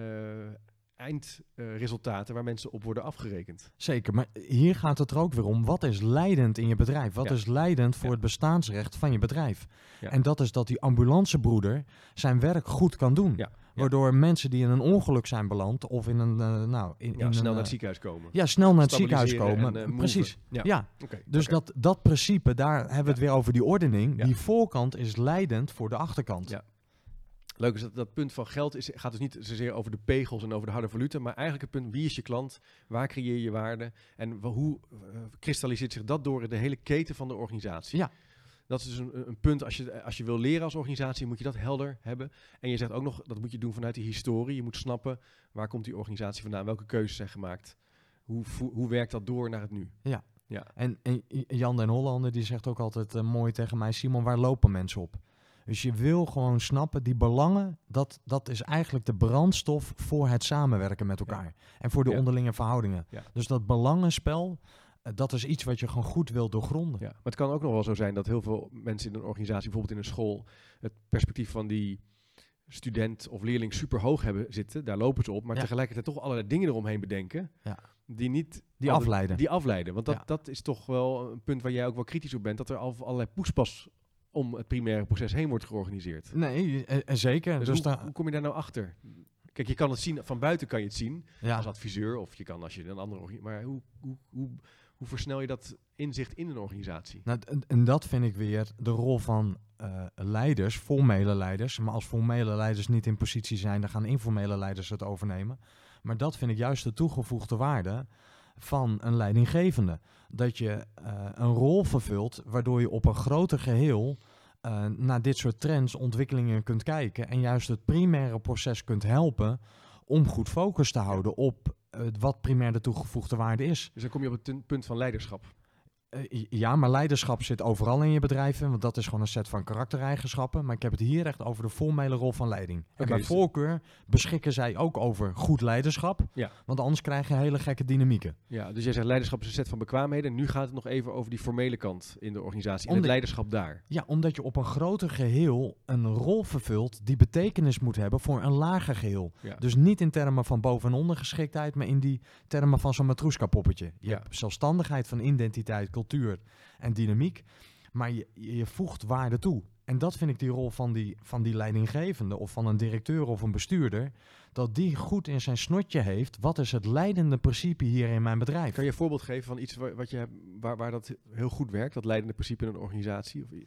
eindresultaten uh, waar mensen op worden afgerekend. Zeker, maar hier gaat het er ook weer om. Wat is leidend in je bedrijf? Wat Ja. is leidend voor Ja. het bestaansrecht van je bedrijf? Ja. En dat is dat die ambulancebroeder zijn werk goed kan doen. Ja. Waardoor mensen die in een ongeluk zijn beland of in een, uh, nou, in, Ja, in snel een, naar uh, het ziekenhuis komen. ja, snel naar het ziekenhuis Stabiliseren komen. en, uh, Precies. moven. Ja. Ja. Okay, Dus okay. dat, dat principe, daar hebben we het Ja. weer over die ordening. Ja. Die voorkant is leidend voor de achterkant. Ja. Leuk is dat dat punt van geld is, gaat dus niet zozeer over de pegels en over de harde valuta, maar eigenlijk het punt, wie is je klant, waar creëer je waarde en wa- hoe uh, kristalliseert zich dat door de hele keten van de organisatie. Ja. Dat is dus een, een punt, als je, als je wil leren als organisatie, moet je dat helder hebben. En je zegt ook nog, dat moet je doen vanuit die historie. Je moet snappen, waar komt die organisatie vandaan, welke keuzes zijn gemaakt, hoe, hoe, hoe werkt dat door naar het nu. Ja. Ja. En, en Jan den Hollander die zegt ook altijd uh, mooi tegen mij, Simon, waar lopen mensen op? Dus je wil gewoon snappen, die belangen, dat, dat is eigenlijk de brandstof voor het samenwerken met elkaar. Ja. En voor de Ja. onderlinge verhoudingen. Ja. Dus dat belangenspel, uh, dat is iets wat je gewoon goed wil doorgronden. Ja, maar het kan ook nog wel zo zijn dat heel veel mensen in een organisatie, bijvoorbeeld in een school, het perspectief van die student of leerling super hoog hebben zitten. Daar lopen ze op, maar Ja. tegelijkertijd toch allerlei dingen eromheen bedenken. Ja. Die niet... Die altijd- afleiden. Die afleiden. Want dat, Ja. dat is toch wel een punt waar jij ook wel kritisch op bent. Dat er al allerlei poespas om het primaire proces heen wordt georganiseerd. Nee, uh, uh, zeker. Dus Dus hoe, daar- hoe kom je daar nou achter? Kijk, je kan het zien, van buiten kan je het zien. ja. Als adviseur of je kan als je een andere... organi- Maar hoe, hoe, hoe, hoe versnel je dat inzicht in een organisatie? Nou, en, en dat vind ik weer de rol van uh, leiders, formele leiders. Maar als formele leiders niet in positie zijn, dan gaan informele leiders het overnemen. Maar dat vind ik juist de toegevoegde waarde van een leidinggevende. Dat je uh, een rol vervult waardoor je op een groter geheel uh, naar dit soort trends, ontwikkelingen kunt kijken. En juist het primaire proces kunt helpen om goed focus te houden op uh, wat primair de toegevoegde waarde is. Dus dan kom je op het tun- punt van leiderschap. Uh, ja, maar leiderschap zit overal in je bedrijven, want dat is gewoon een set van karaktereigenschappen. Maar ik heb het hier echt over de formele rol van leiding. En Oké, bij dus- voorkeur beschikken zij ook over goed leiderschap, Ja. want anders krijg je hele gekke dynamieken. Ja, dus jij zegt leiderschap is een set van bekwaamheden. Nu gaat het nog even over die formele kant in de organisatie. En Om het de- leiderschap daar. Ja, omdat je op een groter geheel een rol vervult die betekenis moet hebben voor een lager geheel. Ja. Dus niet in termen van boven- en ondergeschiktheid, maar in die termen van zo'n matroeska-poppetje. Je Ja. hebt zelfstandigheid van identiteit, cultuur en dynamiek, maar je, je voegt waarde toe. En dat vind ik die rol van die, van die leidinggevende of van een directeur of een bestuurder, dat die goed in zijn snotje heeft, wat is het leidende principe hier in mijn bedrijf? Kan je een voorbeeld geven van iets waar, wat je, hebt- waar, waar dat heel goed werkt? Dat leidende principe in een organisatie? Of i-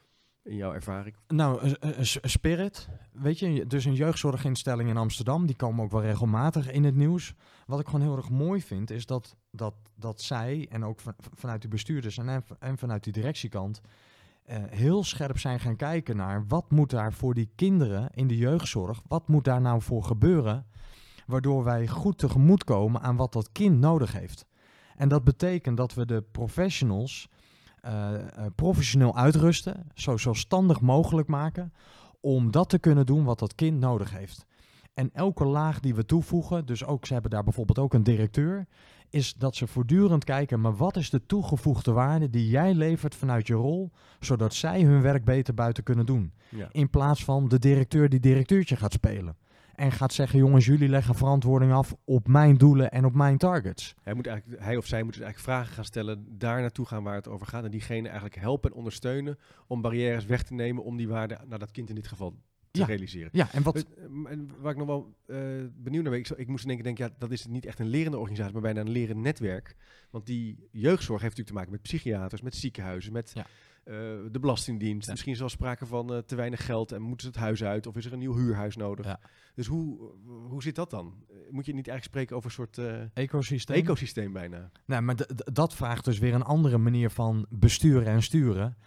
in jouw ervaring? Nou, een- een- een Spirit, weet je, dus een jeugdzorginstelling in Amsterdam, die komen ook wel regelmatig in het nieuws. Wat ik gewoon heel erg mooi vind, is dat, dat, dat zij, en ook van, vanuit de bestuurders en, en vanuit die directiekant, eh, heel scherp zijn gaan kijken naar wat moet daar voor die kinderen in de jeugdzorg, wat moet daar nou voor gebeuren, waardoor wij goed tegemoetkomen aan wat dat kind nodig heeft. En dat betekent dat we de professionals uh, uh, professioneel uitrusten, zo zelfstandig mogelijk maken, om dat te kunnen doen wat dat kind nodig heeft. En elke laag die we toevoegen, dus ook, ze hebben daar bijvoorbeeld ook een directeur, is dat ze voortdurend kijken, maar wat is de toegevoegde waarde die jij levert vanuit je rol, zodat zij hun werk beter buiten kunnen doen. Ja. In plaats van de directeur die directeurtje gaat spelen. En gaat zeggen, jongens, jullie leggen verantwoording af op mijn doelen en op mijn targets. Hij, moet eigenlijk, hij of zij moet dus eigenlijk vragen gaan stellen, daar naartoe gaan waar het over gaat. En diegene eigenlijk helpen en ondersteunen om barrières weg te nemen om die waarde naar dat kind in dit geval te Ja. realiseren. Ja, en wat... Uh, en waar ik nog wel uh, benieuwd naar ben, ik, zo, ik moest denken, denk, ja, dat is niet echt een lerende organisatie, maar bijna een lerend netwerk. Want die jeugdzorg heeft natuurlijk te maken met psychiaters, met ziekenhuizen, met Ja. uh, de Belastingdienst. Ja. Misschien is er wel sprake van uh, te weinig geld en moeten ze het huis uit of is er een nieuw huurhuis nodig. Ja. Dus hoe, hoe zit dat dan? Moet je niet eigenlijk spreken over een soort uh, Ecosysteem. ecosysteem bijna? Nou, maar d- d- dat vraagt dus weer een andere manier van besturen en sturen.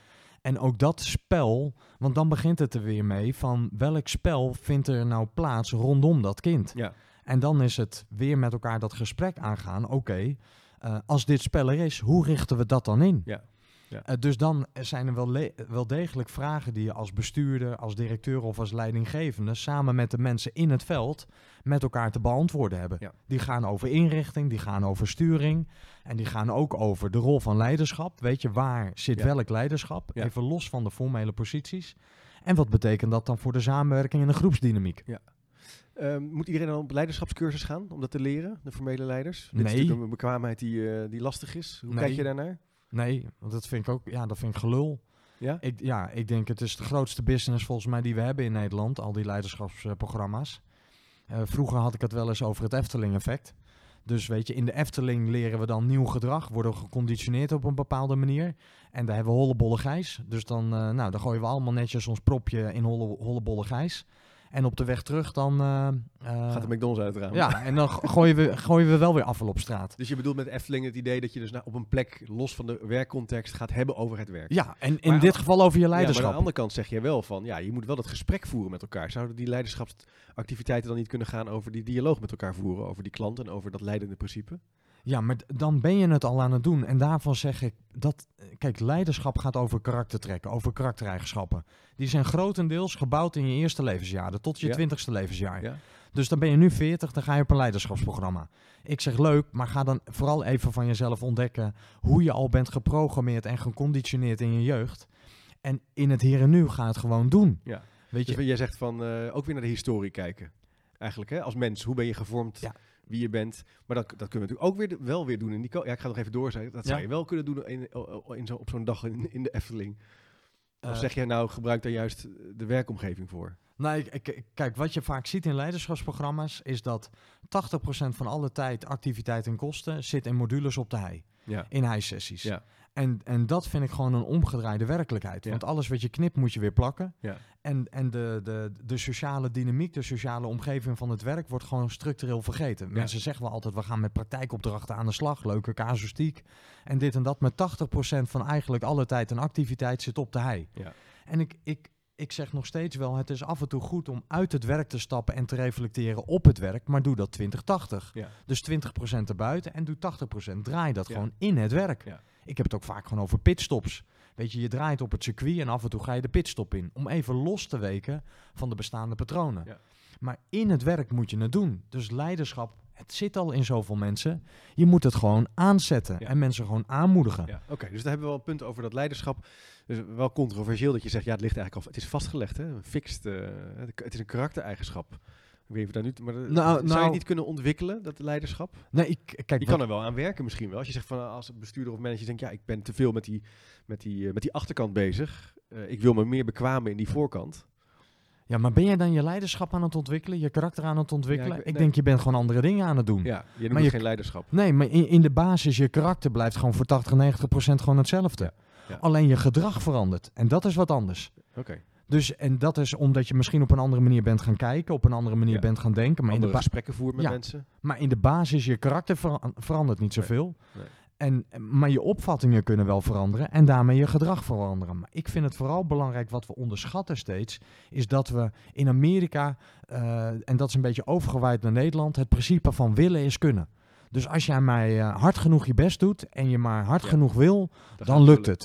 En ook dat spel, want dan begint het er weer mee van welk spel vindt er nou plaats rondom dat kind. Ja. En dan is het weer met elkaar dat gesprek aangaan. Oké, okay, uh, als dit spel er is, hoe richten we dat dan in? Ja. Ja. Uh, dus dan zijn er wel, le- wel degelijk vragen die je als bestuurder, als directeur of als leidinggevende samen met de mensen in het veld met elkaar te beantwoorden hebben. Ja. Die gaan over inrichting, die gaan over sturing en die gaan ook over de rol van leiderschap. Weet je, waar zit Ja. welk leiderschap? Ja. Even los van de formele posities. En wat betekent dat dan voor de samenwerking en de groepsdynamiek? Ja. Um, moet iedereen dan op leiderschapscursus gaan om dat te leren, de formele leiders? Dit Nee. is natuurlijk een bekwaamheid die, uh, die lastig is. Hoe Nee. kijk je daarnaar? Nee, want dat vind ik ook, ja, dat vind ik gelul. Ja? Ik, ja, ik denk het is de grootste business volgens mij die we hebben in Nederland, al die leiderschapsprogramma's. Uh, vroeger had ik het wel eens over het Efteling-effect. Dus weet je, in de Efteling leren we dan nieuw gedrag, worden we geconditioneerd op een bepaalde manier. En daar hebben we hollebolle Gijs. Dus dan, uh, nou, dan gooien we allemaal netjes ons propje in holle, hollebolle Gijs. En op de weg terug dan... Uh, uh, Gaat de McDonald's uit het raam. Ja, en dan gooien we, gooien we wel weer afval op straat. Dus je bedoelt met Efteling het idee dat je dus nou op een plek los van de werkcontext gaat hebben over het werk. Ja, en in Maar dit aan- geval over je Ja, maar leiderschap. aan de andere kant zeg je wel van, ja, je moet wel dat gesprek voeren met elkaar. Zouden die leiderschapsactiviteiten dan niet kunnen gaan over die dialoog met elkaar voeren, over die klant en over dat leidende principe? Ja, maar d- dan ben je het al aan het doen. En daarvan zeg ik dat... Kijk, leiderschap gaat over karaktertrekken, over karaktereigenschappen. Die zijn grotendeels gebouwd in je eerste levensjaren, tot je Ja. twintigste levensjaar. Ja? Dus dan ben je nu veertig, dan ga je op een leiderschapsprogramma. Ik zeg leuk, maar ga dan vooral even van jezelf ontdekken hoe je al bent geprogrammeerd en geconditioneerd in je jeugd. En in het hier en nu ga het gewoon doen. Ja. Weet je, Dus jij zegt van, uh, ook weer naar de historie kijken. Eigenlijk, hè? Als mens, hoe ben je gevormd, Ja. wie je bent. Maar dat, dat kunnen we natuurlijk ook weer, de- wel weer doen in die... ko- Ja, ik ga nog even doorzeggen. Dat zou Ja. je wel kunnen doen in, in zo, op zo'n dag in, in de Efteling. Of eh, zeg jij nou, gebruik daar juist de werkomgeving voor? Nou, ik- ik- kijk, wat je vaak ziet in leiderschapsprogramma's is dat tachtig procent van alle tijd, activiteit en kosten zit in modules op de hei. Ja. In hei-sessies. Ja. En, en dat vind ik gewoon een omgedraaide werkelijkheid. Ja. Want alles wat je knipt moet je weer plakken. Ja. En, en de, de, de sociale dynamiek, de sociale omgeving van het werk wordt gewoon structureel vergeten. Ja. Mensen zeggen wel altijd, we gaan met praktijkopdrachten aan de slag. Leuke casuïstiek. En dit en dat. Maar tachtig procent van eigenlijk alle tijd en activiteit zit op de hei. Ja. En ik, ik, ik zeg nog steeds wel, het is af en toe goed om uit het werk te stappen en te reflecteren op het werk. Maar doe dat twintig tachtig. Ja. Dus twintig procent erbuiten en doe tachtig procent. Draai dat Ja. gewoon in het werk. Ja. Ik heb het ook vaak gewoon over pitstops. Weet je, je draait op het circuit en af en toe ga je de pitstop in. Om even los te weken van de bestaande patronen. Ja. Maar in het werk moet je het doen. Dus leiderschap, het zit al in zoveel mensen. Je moet het gewoon aanzetten Ja. en mensen gewoon aanmoedigen. Ja, oké. Dus daar hebben we wel een punt over dat leiderschap. Dus wel controversieel dat je zegt, ja, het ligt eigenlijk al, het is vastgelegd, hè? Een fixed, uh, het is een karaktereigenschap. Ik weet niet of we daar nu, maar Nou, zou je nou- het niet kunnen ontwikkelen, dat leiderschap? Nee, ik, kijk, Je kan er wel aan werken misschien wel. Als je zegt van, als bestuurder of manager denkt, ja, ik ben te veel met die, met die, uh, met die achterkant bezig. Uh, ik wil me meer bekwamen in die voorkant. Ja, maar ben jij dan je leiderschap aan het ontwikkelen, je karakter aan het ontwikkelen? Ja, ik ik- nee. denk, je bent gewoon andere dingen aan het doen. Ja, je noemt Maar het je- geen leiderschap. Nee, maar in, in de basis, je karakter blijft gewoon voor tachtig, negentig procent gewoon hetzelfde. Ja, ja. Alleen je gedrag verandert. En dat is wat anders. Oké. Dus, en dat is omdat je misschien op een andere manier bent gaan kijken, op een andere manier Ja. bent gaan denken. Maar in, de Andere ba- gesprekken voeren met Ja. mensen. maar in de basis, je karakter vera- verandert niet Nee. zoveel. Nee. En, maar je opvattingen kunnen wel veranderen en daarmee je gedrag veranderen. Maar ik vind het vooral belangrijk, wat we onderschatten steeds, is dat we in Amerika, uh, en dat is een beetje overgewaaid naar Nederland, het principe van willen is kunnen. Dus als jij mij uh, hard genoeg je best doet en je maar hard Ja. genoeg wil, Dan dan gaat het lukt wel het.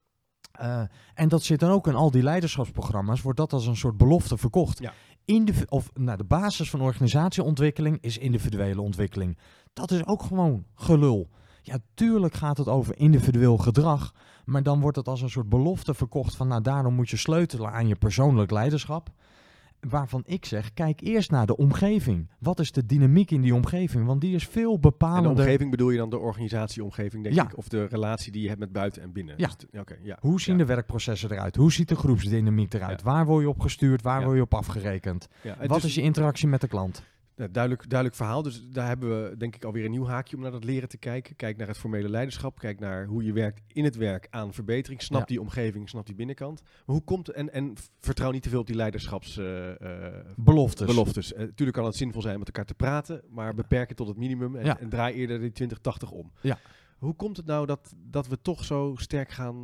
Uh, en dat zit dan ook in al die leiderschapsprogramma's, wordt dat als een soort belofte verkocht. Ja. Indiv- of, nou, de basis van organisatieontwikkeling is individuele ontwikkeling. Dat is ook gewoon gelul. Ja, tuurlijk gaat het over individueel gedrag, maar dan wordt het als een soort belofte verkocht van, nou, daarom moet je sleutelen aan je persoonlijk leiderschap. Waarvan ik zeg, kijk eerst naar de omgeving. Wat is de dynamiek in die omgeving? Want die is veel En bepalender. de omgeving bedoel je dan de organisatieomgeving, denk Ja. ik? Of de relatie die je hebt met buiten en binnen? Ja. Dus de- oké, ja. Hoe zien Ja. de werkprocessen eruit? Hoe ziet de groepsdynamiek eruit? Ja. Waar word je op gestuurd? Waar Ja. word je op afgerekend? Ja, het Wat dus- is je interactie met de klant? Ja, duidelijk, duidelijk verhaal. Dus daar hebben we denk ik alweer een nieuw haakje om naar dat leren te kijken. Kijk naar het formele leiderschap. Kijk naar hoe je werkt in het werk aan verbetering. Snap Ja. die omgeving, snap die binnenkant. Maar hoe komt en, en vertrouw niet te veel op die leiderschapsbeloftes. Beloftes. beloftes. Uh, tuurlijk kan het zinvol zijn om met elkaar te praten, maar beperk het tot het minimum en, Ja. en draai eerder die twintig tachtig om. Ja. Hoe komt het nou dat, dat we toch zo sterk gaan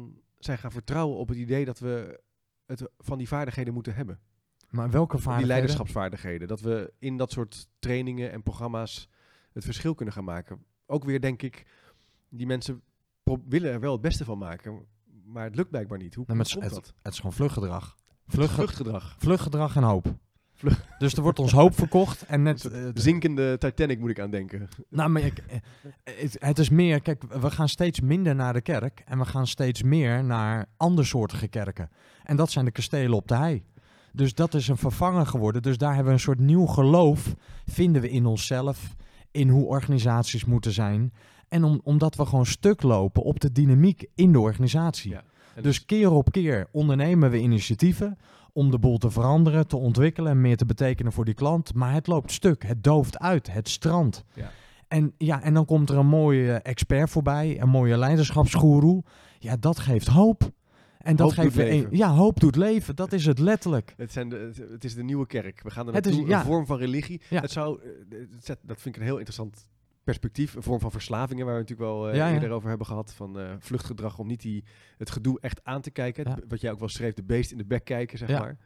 zijn gaan vertrouwen op het idee dat we het van die vaardigheden moeten hebben. Maar welke vaardigheden? Die leiderschapsvaardigheden. Dat we in dat soort trainingen en programma's het verschil kunnen gaan maken. Ook weer denk ik, die mensen pro- willen er wel het beste van maken, maar het lukt blijkbaar niet. Hoe, Nee, hoe maar komt het, dat? het, het is gewoon vluchtgedrag. Vlucht, Vlug, vluchtgedrag. vluchtgedrag en hoop. Vlug- Dus er wordt ons hoop verkocht en net... Een eh, soort zinkende Titanic moet ik aan denken. Nou, maar ik, eh, het, het is meer... Kijk, we gaan steeds minder naar de kerk en we gaan steeds meer naar andersoortige kerken. En dat zijn de kastelen op de hei. Dus dat is een vervanger geworden. Dus daar hebben we een soort nieuw geloof, vinden we in onszelf, in hoe organisaties moeten zijn. En om, omdat we gewoon stuk lopen op de dynamiek in de organisatie. Ja. En Dus keer op keer ondernemen we initiatieven om de boel te veranderen, te ontwikkelen en meer te betekenen voor die klant. Maar het loopt stuk, het dooft uit, het strandt. Ja. En, ja, en dan komt er een mooie expert voorbij, een mooie leiderschapsgoeroe. Ja, dat geeft hoop. En dat Hoop geeft doet weer leven. een, ja, hoop doet leven. Dat is het letterlijk. Het, zijn de, het, het is de nieuwe kerk. We gaan er Het is- naartoe, ja. een vorm van religie. Ja. Het zou, eh, het zet- dat vind ik een heel interessant perspectief. Een vorm van verslavingen, waar we natuurlijk wel eh, Ja, ja. eerder over hebben gehad. Van eh, vluchtgedrag, om niet die, het gedoe echt aan te kijken. Ja. Het- wat jij ook wel schreef, de beest in de bek kijken, zeg Ja. maar.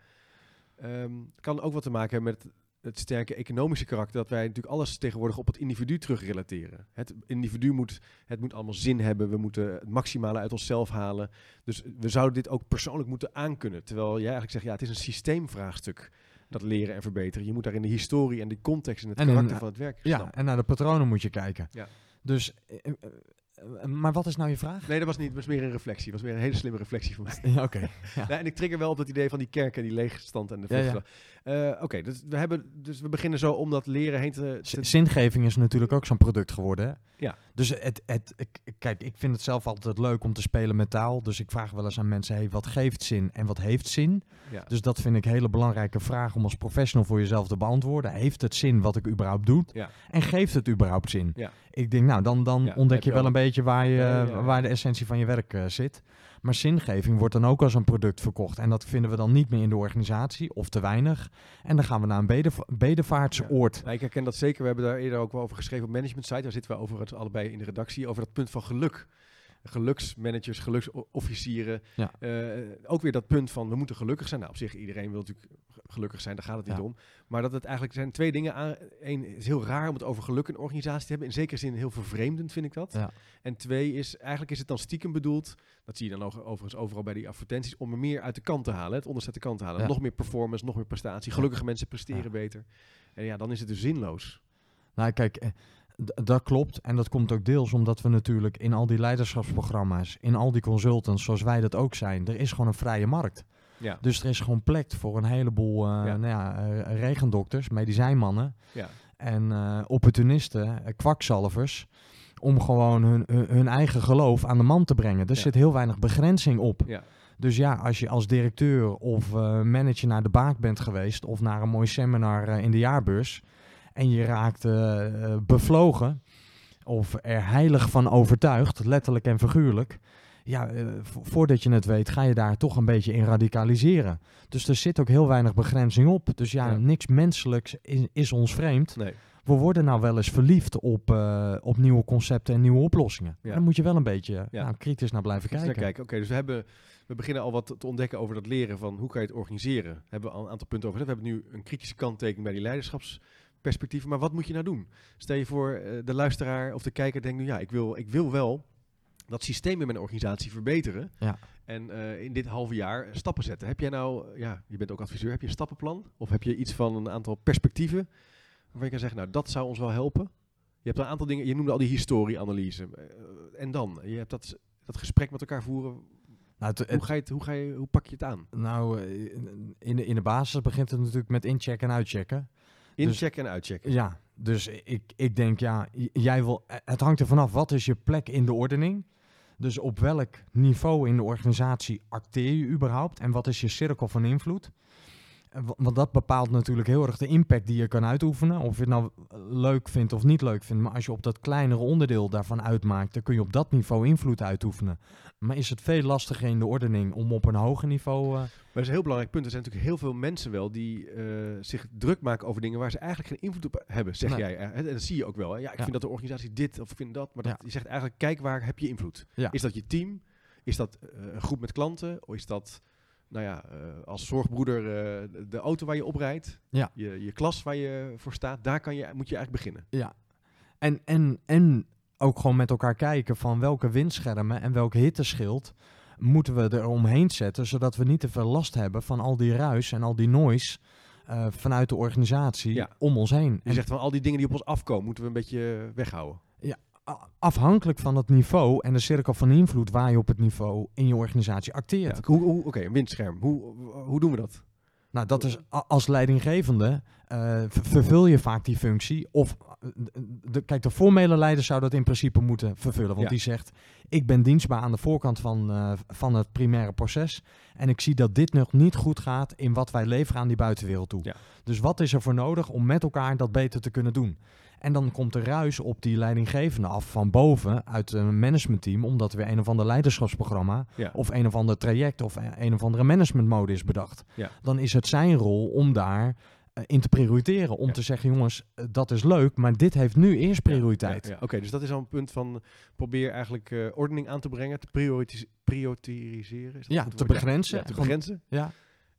Ehm, het kan ook wat te maken hebben met het sterke economische karakter, dat wij natuurlijk alles tegenwoordig op het individu terugrelateren. Het individu moet, het moet allemaal zin hebben, we moeten het maximale uit onszelf halen. Dus we zouden dit ook persoonlijk moeten aankunnen. Terwijl jij eigenlijk zegt, ja, het is een systeemvraagstuk, dat leren en verbeteren. Je moet daar in de historie en de context en het En in, karakter eh, van het werk Ja, snappen. en naar de patronen moet je kijken. Ja. Dus, eh, eh, eh, maar wat is nou je vraag? Nee, dat was niet, dat was meer een reflectie. Dat was weer een hele slimme reflectie van mij. Ja, oké. Ja. Ja, en ik trigger wel op dat idee van die kerk en die leegstand en de Ja, ja. vluchtgedrag. Eh, Oké, dus we hebben, dus we beginnen zo om dat leren heen te... Z- te- Zingeving is natuurlijk ook zo'n product geworden. Hè? Ja. Dus het, het, ik- kijk, ik vind het zelf altijd leuk om te spelen met taal. Dus ik vraag wel eens aan mensen, hey, wat geeft zin en wat heeft zin? ja. Dus dat vind ik een hele belangrijke vraag om als professional voor jezelf te beantwoorden. Heeft het zin wat ik überhaupt doe? Ja. En geeft het überhaupt zin? Ja. Ik denk, nou, dan, dan Ja, ontdek heb je je wel al. een beetje waar, je, Ja, ja, ja. waar de essentie van je werk eh, zit. Maar zingeving wordt dan ook als een product verkocht. En dat vinden we dan niet meer in de organisatie, of te weinig. En dan gaan we naar een bedeva- bedevaartsoord. Nou, ik herken dat zeker. We hebben daar eerder ook wel over geschreven op management site. Daar zitten we over het allebei in de redactie. Over dat punt van geluk. Geluksmanagers, geluksofficieren. Ja. Eh, ook weer dat punt van we moeten gelukkig zijn. Nou, op zich, iedereen wil natuurlijk gelukkig zijn. Daar gaat het niet Ja. om. Maar dat het eigenlijk zijn twee dingen aan. Eén, het is heel raar om het over geluk in een organisatie te hebben. In zekere zin heel vervreemdend vind ik dat. Ja. En twee is, eigenlijk is het dan stiekem bedoeld. Dat zie je dan ook overigens overal bij die advertenties. Om er meer uit de kant te halen. Het onderste uit de kant te halen. Ja. Nog meer performance, nog meer prestatie. Gelukkige mensen presteren Ja. beter. En ja, dan is het dus zinloos. Nou, kijk, eh, d- dat klopt. En dat komt ook deels omdat we natuurlijk in al die leiderschapsprogramma's, in al die consultants, zoals wij dat ook zijn, er is gewoon een vrije markt. Ja. Dus er is gewoon plek voor een heleboel eh, Ja. Nou ja, eh, regendokters, medicijnmannen Ja. en eh, opportunisten, eh, kwakzalvers, om gewoon hun, hun, hun eigen geloof aan de man te brengen. Er Ja. zit heel weinig begrenzing op. Ja. Dus ja, als je als directeur of eh, manager naar de Baak bent geweest of naar een mooi seminar eh, in de jaarbeurs en je raakt eh, eh, bevlogen of er heilig van overtuigd, letterlijk en figuurlijk, ja, eh, vo- voordat je het weet ga je daar toch een beetje in radicaliseren. Dus er zit ook heel weinig begrenzing op. Dus ja, Ja. niks menselijks is, is ons vreemd. Nee. We worden nou wel eens verliefd op, eh, op nieuwe concepten en nieuwe oplossingen. Ja. Daar moet je wel een beetje Ja. nou, kritisch naar blijven Even naar kijken. kijken. Oké, dus we, hebben, we beginnen al wat te ontdekken over dat leren van hoe kan je het organiseren. Daar hebben we al een aantal punten over gezet. We hebben nu een kritische kanttekening bij die leiderschapsperspectieven. Maar wat moet je nou doen? Stel je voor, eh, de luisteraar of de kijker denkt nu, ja, ik wil, ik wil wel dat systeem in mijn organisatie verbeteren. Ja. En eh, in dit halve jaar stappen zetten. Heb jij nou, eh, ja, je bent ook adviseur, heb je een stappenplan? Of heb je iets van een aantal perspectieven waarvan je kan zeggen, nou, dat zou ons wel helpen? Je hebt een aantal dingen, je noemde al die historieanalyse. Uh, en dan, je hebt dat, dat gesprek met elkaar voeren. Nou, het, Hoe, het- ga je het, hoe, ga je, hoe pak je het aan? nou eh, in, de, in de basis begint het natuurlijk met inchecken en uitchecken. Inchecken en uitchecken. Ja, dus ik, ik denk, ja, j- jij wil, het hangt er vanaf, wat is je plek in de ordening? Dus op welk niveau in de organisatie acteer je überhaupt? En wat is je cirkel van invloed? En wa- Want dat bepaalt natuurlijk heel erg de impact die je kan uitoefenen. Of je het nou leuk vindt of niet leuk vindt. Maar als je op dat kleinere onderdeel daarvan uitmaakt, dan kun je op dat niveau invloed uitoefenen. Maar is het veel lastiger in de ordening om op een hoger niveau... eh, Maar dat is een heel belangrijk punt. Er zijn natuurlijk heel veel mensen wel die eh, zich druk maken over dingen waar ze eigenlijk geen invloed op hebben, zeg Nee. jij. Eh, En dat zie je ook wel. Hè? Ja, ik Ja. vind dat de organisatie dit of ik vind dat. Maar dat, Ja. je zegt eigenlijk, kijk waar heb je invloed. Ja. Is dat je team? Is dat uh, een groep met klanten? Of is dat nou ja, uh, als zorgbroeder uh, de auto waar je op rijdt? Ja. Je, je klas waar je voor staat? Daar kan je, moet je eigenlijk beginnen. Ja, en, en, en ook gewoon met elkaar kijken van welke windschermen en welk hitteschild moeten we er omheen zetten, zodat we niet te veel last hebben van al die ruis en al die noise uh, vanuit de organisatie ja. om ons heen. Je en zegt van al die dingen die op ons afkomen, moeten we een beetje weghouden. Ja, afhankelijk van het niveau en de cirkel van invloed waar je op het niveau in je organisatie acteert. Ja, hoe, hoe, Oké, okay, een windscherm. Hoe, hoe doen we dat? Nou, dat is als leidinggevende uh, vervul je vaak die functie. Of, de, kijk, de formele leider zou dat in principe moeten vervullen. Want ja. die zegt, ik ben dienstbaar aan de voorkant van, uh, van het primaire proces. En ik zie dat dit nog niet goed gaat in wat wij leveren aan die buitenwereld toe. Ja. Dus wat is er voor nodig om met elkaar dat beter te kunnen doen? En dan komt de ruis op die leidinggevende af van boven uit een managementteam, omdat weer een of ander leiderschapsprogramma ja. of een of ander traject of een of andere managementmode is bedacht. Ja. Dan is het zijn rol om daar uh, in te prioriteren. Om ja. te zeggen, jongens, uh, dat is leuk, maar dit heeft nu eerst prioriteit. Ja, ja, ja. Oké, okay, dus dat is al een punt van probeer eigenlijk uh, ordening aan te brengen, te prioritis- prioriseren. Is dat ja, te begrenzen. Ja, te begrenzen. Ja.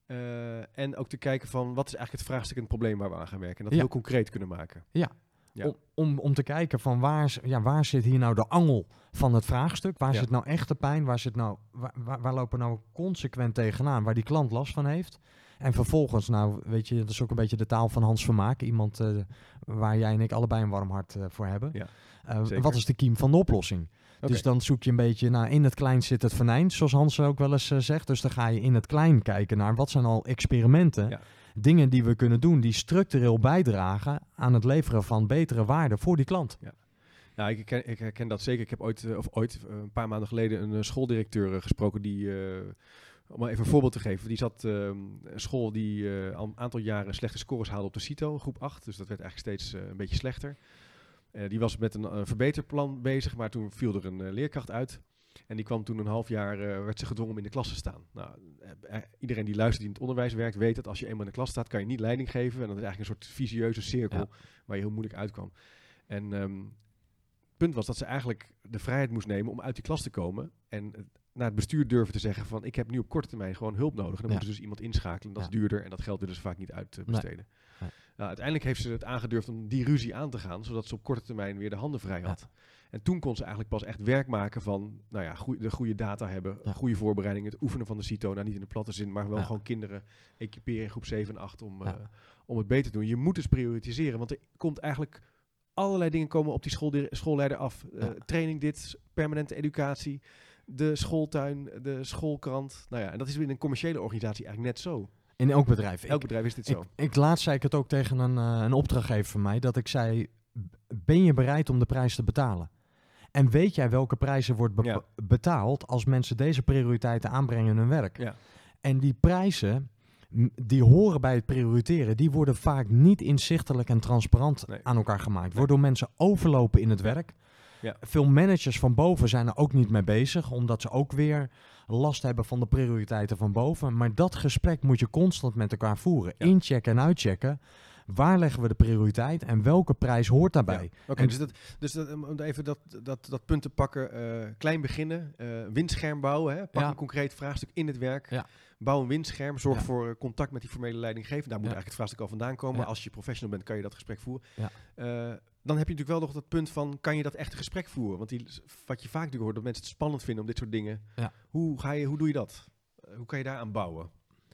Uh, en ook te kijken van wat is eigenlijk het vraagstuk en het probleem waar we aan gaan werken. En dat ja. heel concreet kunnen maken. Ja. Ja. Om, om, om te kijken van waar, ja, waar zit hier nou de angel van het vraagstuk? Waar ja. zit nou echt de pijn? Waar, zit nou, waar, waar, waar lopen nou consequent tegenaan? Waar die klant last van heeft? En vervolgens, nou weet je, dat is ook een beetje de taal van Hans Vermaak. Iemand uh, waar jij en ik allebei een warm hart uh, voor hebben. Ja, uh, wat is de kiem van de oplossing? Okay. Dus dan zoek je een beetje naar in het klein zit het venijn, zoals Hans ook wel eens uh, zegt. Dus dan ga je in het klein kijken naar wat zijn al experimenten. Ja. Dingen die we kunnen doen die structureel bijdragen aan het leveren van betere waarde voor die klant. Ja. Nou, ik herken, ik herken dat zeker. Ik heb ooit, uh, of ooit uh, een paar maanden geleden een uh, schooldirecteur uh, gesproken die, uh, om maar even een voorbeeld te geven, die zat uh, een school die uh, al een aantal jaren slechte scores haalde op de CITO, groep acht. Dus dat werd eigenlijk steeds uh, een beetje slechter. Uh, die was met een uh, verbeterplan bezig, maar toen viel er een uh, leerkracht uit. En die kwam toen een half jaar, uh, werd ze gedwongen om in de klas te staan. Nou, uh, iedereen die luistert, die in het onderwijs werkt, weet dat als je eenmaal in de klas staat, kan je niet leiding geven. En dat is eigenlijk een soort visieuze cirkel ja. waar je heel moeilijk uitkwam. En um, het punt was dat ze eigenlijk de vrijheid moest nemen om uit die klas te komen. En uh, naar het bestuur durven te zeggen van, ik heb nu op korte termijn gewoon hulp nodig. En dan ja. moeten ze dus iemand inschakelen. Dat ja. is duurder en dat geld willen ze vaak niet uitbesteden. Uh, nee. Nee. Nou, uiteindelijk heeft ze het aangedurfd om die ruzie aan te gaan, zodat ze op korte termijn weer de handen vrij had. Ja. En toen kon ze eigenlijk pas echt werk maken van nou ja, goeie, de goede data hebben, ja. goede voorbereidingen, het oefenen van de CITO, nou niet in de platte zin, maar wel ja. gewoon kinderen equiperen in groep zeven en acht om, ja. uh, om het beter te doen. Je moet dus prioritiseren, want er komt eigenlijk allerlei dingen komen op die schoolde- schoolleider af. Uh, ja. Training dit, permanente educatie, de schooltuin, de schoolkrant. Nou ja, en dat is in een commerciële organisatie eigenlijk net zo. In elk bedrijf. Elk ik, bedrijf is dit zo. Ik, ik laatst zei ik het ook tegen een, uh, een opdrachtgever van mij, dat ik zei, ben je bereid om de prijs te betalen? En weet jij welke prijzen wordt be- ja. betaald als mensen deze prioriteiten aanbrengen in hun werk? Ja. En die prijzen, die horen bij het prioriteren, die worden vaak niet inzichtelijk en transparant nee. aan elkaar gemaakt. Nee. Waardoor mensen overlopen in het werk. Ja. Veel managers van boven zijn er ook niet mee bezig, omdat ze ook weer last hebben van de prioriteiten van boven. Maar dat gesprek moet je constant met elkaar voeren. Ja. Inchecken en uitchecken. Waar leggen we de prioriteit en welke prijs hoort daarbij? Ja, Oké, okay, dus, dat, dus dat, om even dat, dat, dat punt te pakken. Uh, klein beginnen, uh, windscherm bouwen. Hè? Pak ja. een concreet vraagstuk in het werk. Ja. Bouw een windscherm, zorg ja. voor uh, contact met die formele leidinggevende. Daar moet ja. eigenlijk het vraagstuk al vandaan komen. Ja. Als je professional bent, kan je dat gesprek voeren. Ja. Uh, dan heb je natuurlijk wel nog dat punt van, kan je dat echte gesprek voeren? Want die, wat je vaak natuurlijk hoort, dat mensen het spannend vinden om dit soort dingen. Ja. Hoe, ga je, hoe doe je dat? Uh, hoe kan je daaraan bouwen?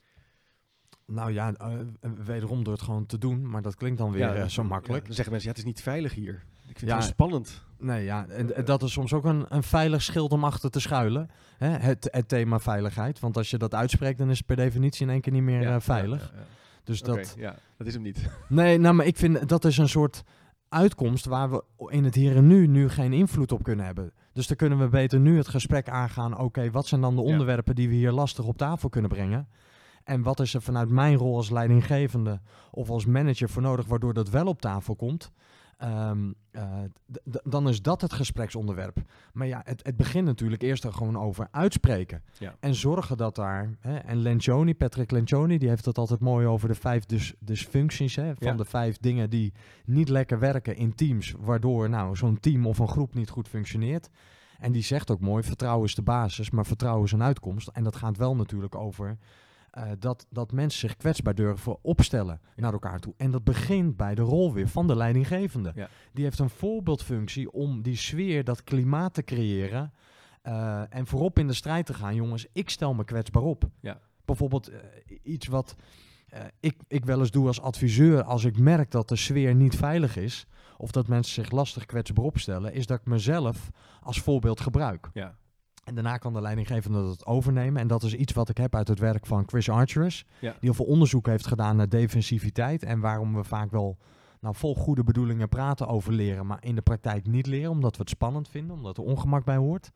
Nou ja, uh, wederom door het gewoon te doen, maar dat klinkt dan weer ja, uh, zo makkelijk. Ja, dan zeggen mensen, ja, het is niet veilig hier. Ik vind ja, het wel spannend. Nee, ja, en, en dat is soms ook een, een veilig schild om achter te schuilen. Hè? Het, het thema veiligheid, want als je dat uitspreekt, dan is het per definitie in één keer niet meer ja, uh, veilig. Ja, ja, ja. Dus okay, dat... Ja, dat is hem niet. Nee, nou, maar ik vind, dat is een soort uitkomst waar we in het hier en nu nu geen invloed op kunnen hebben. Dus dan kunnen we beter nu het gesprek aangaan. Oké, okay, wat zijn dan de onderwerpen ja. die we hier lastig op tafel kunnen brengen? En wat is er vanuit mijn rol als leidinggevende of als manager voor nodig, waardoor dat wel op tafel komt? Um, uh, d- d- dan is dat het gespreksonderwerp. Maar ja, het, het begint natuurlijk eerst er gewoon over uitspreken. Ja. En zorgen dat daar... Hè, en Lencioni, Patrick Lencioni, die heeft het altijd mooi over de vijf dus, dysfuncties. Hè, van ja. de vijf dingen die niet lekker werken in teams, waardoor nou, zo'n team of een groep niet goed functioneert. En die zegt ook mooi, vertrouwen is de basis, maar vertrouwen is een uitkomst. En dat gaat wel natuurlijk over uh, dat, dat mensen zich kwetsbaar durven opstellen naar elkaar toe. En dat begint bij de rol weer van de leidinggevende. Ja. Die heeft een voorbeeldfunctie om die sfeer, dat klimaat te creëren. Uh, en voorop in de strijd te gaan, jongens, ik stel me kwetsbaar op. Ja. Bijvoorbeeld uh, iets wat uh, ik, ik wel eens doe als adviseur, als ik merk dat de sfeer niet veilig is, of dat mensen zich lastig kwetsbaar opstellen, is dat ik mezelf als voorbeeld gebruik. Ja. En daarna kan de leidinggevende dat overnemen. En dat is iets wat ik heb uit het werk van Chris Archerus, ja. die heel veel onderzoek heeft gedaan naar defensiviteit en waarom we vaak wel nou, vol goede bedoelingen praten over leren, maar in de praktijk niet leren, omdat we het spannend vinden, omdat er ongemak bij hoort.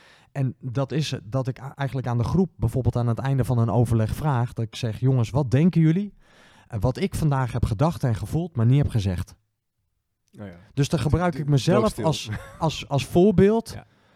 En dat is dat ik eigenlijk aan de groep bijvoorbeeld aan het einde van een overleg vraag, dat ik zeg, jongens, wat denken jullie? En wat ik vandaag heb gedacht en gevoeld, maar niet heb gezegd. Oh ja. Dus dan gebruik ik mezelf als, als, als voorbeeld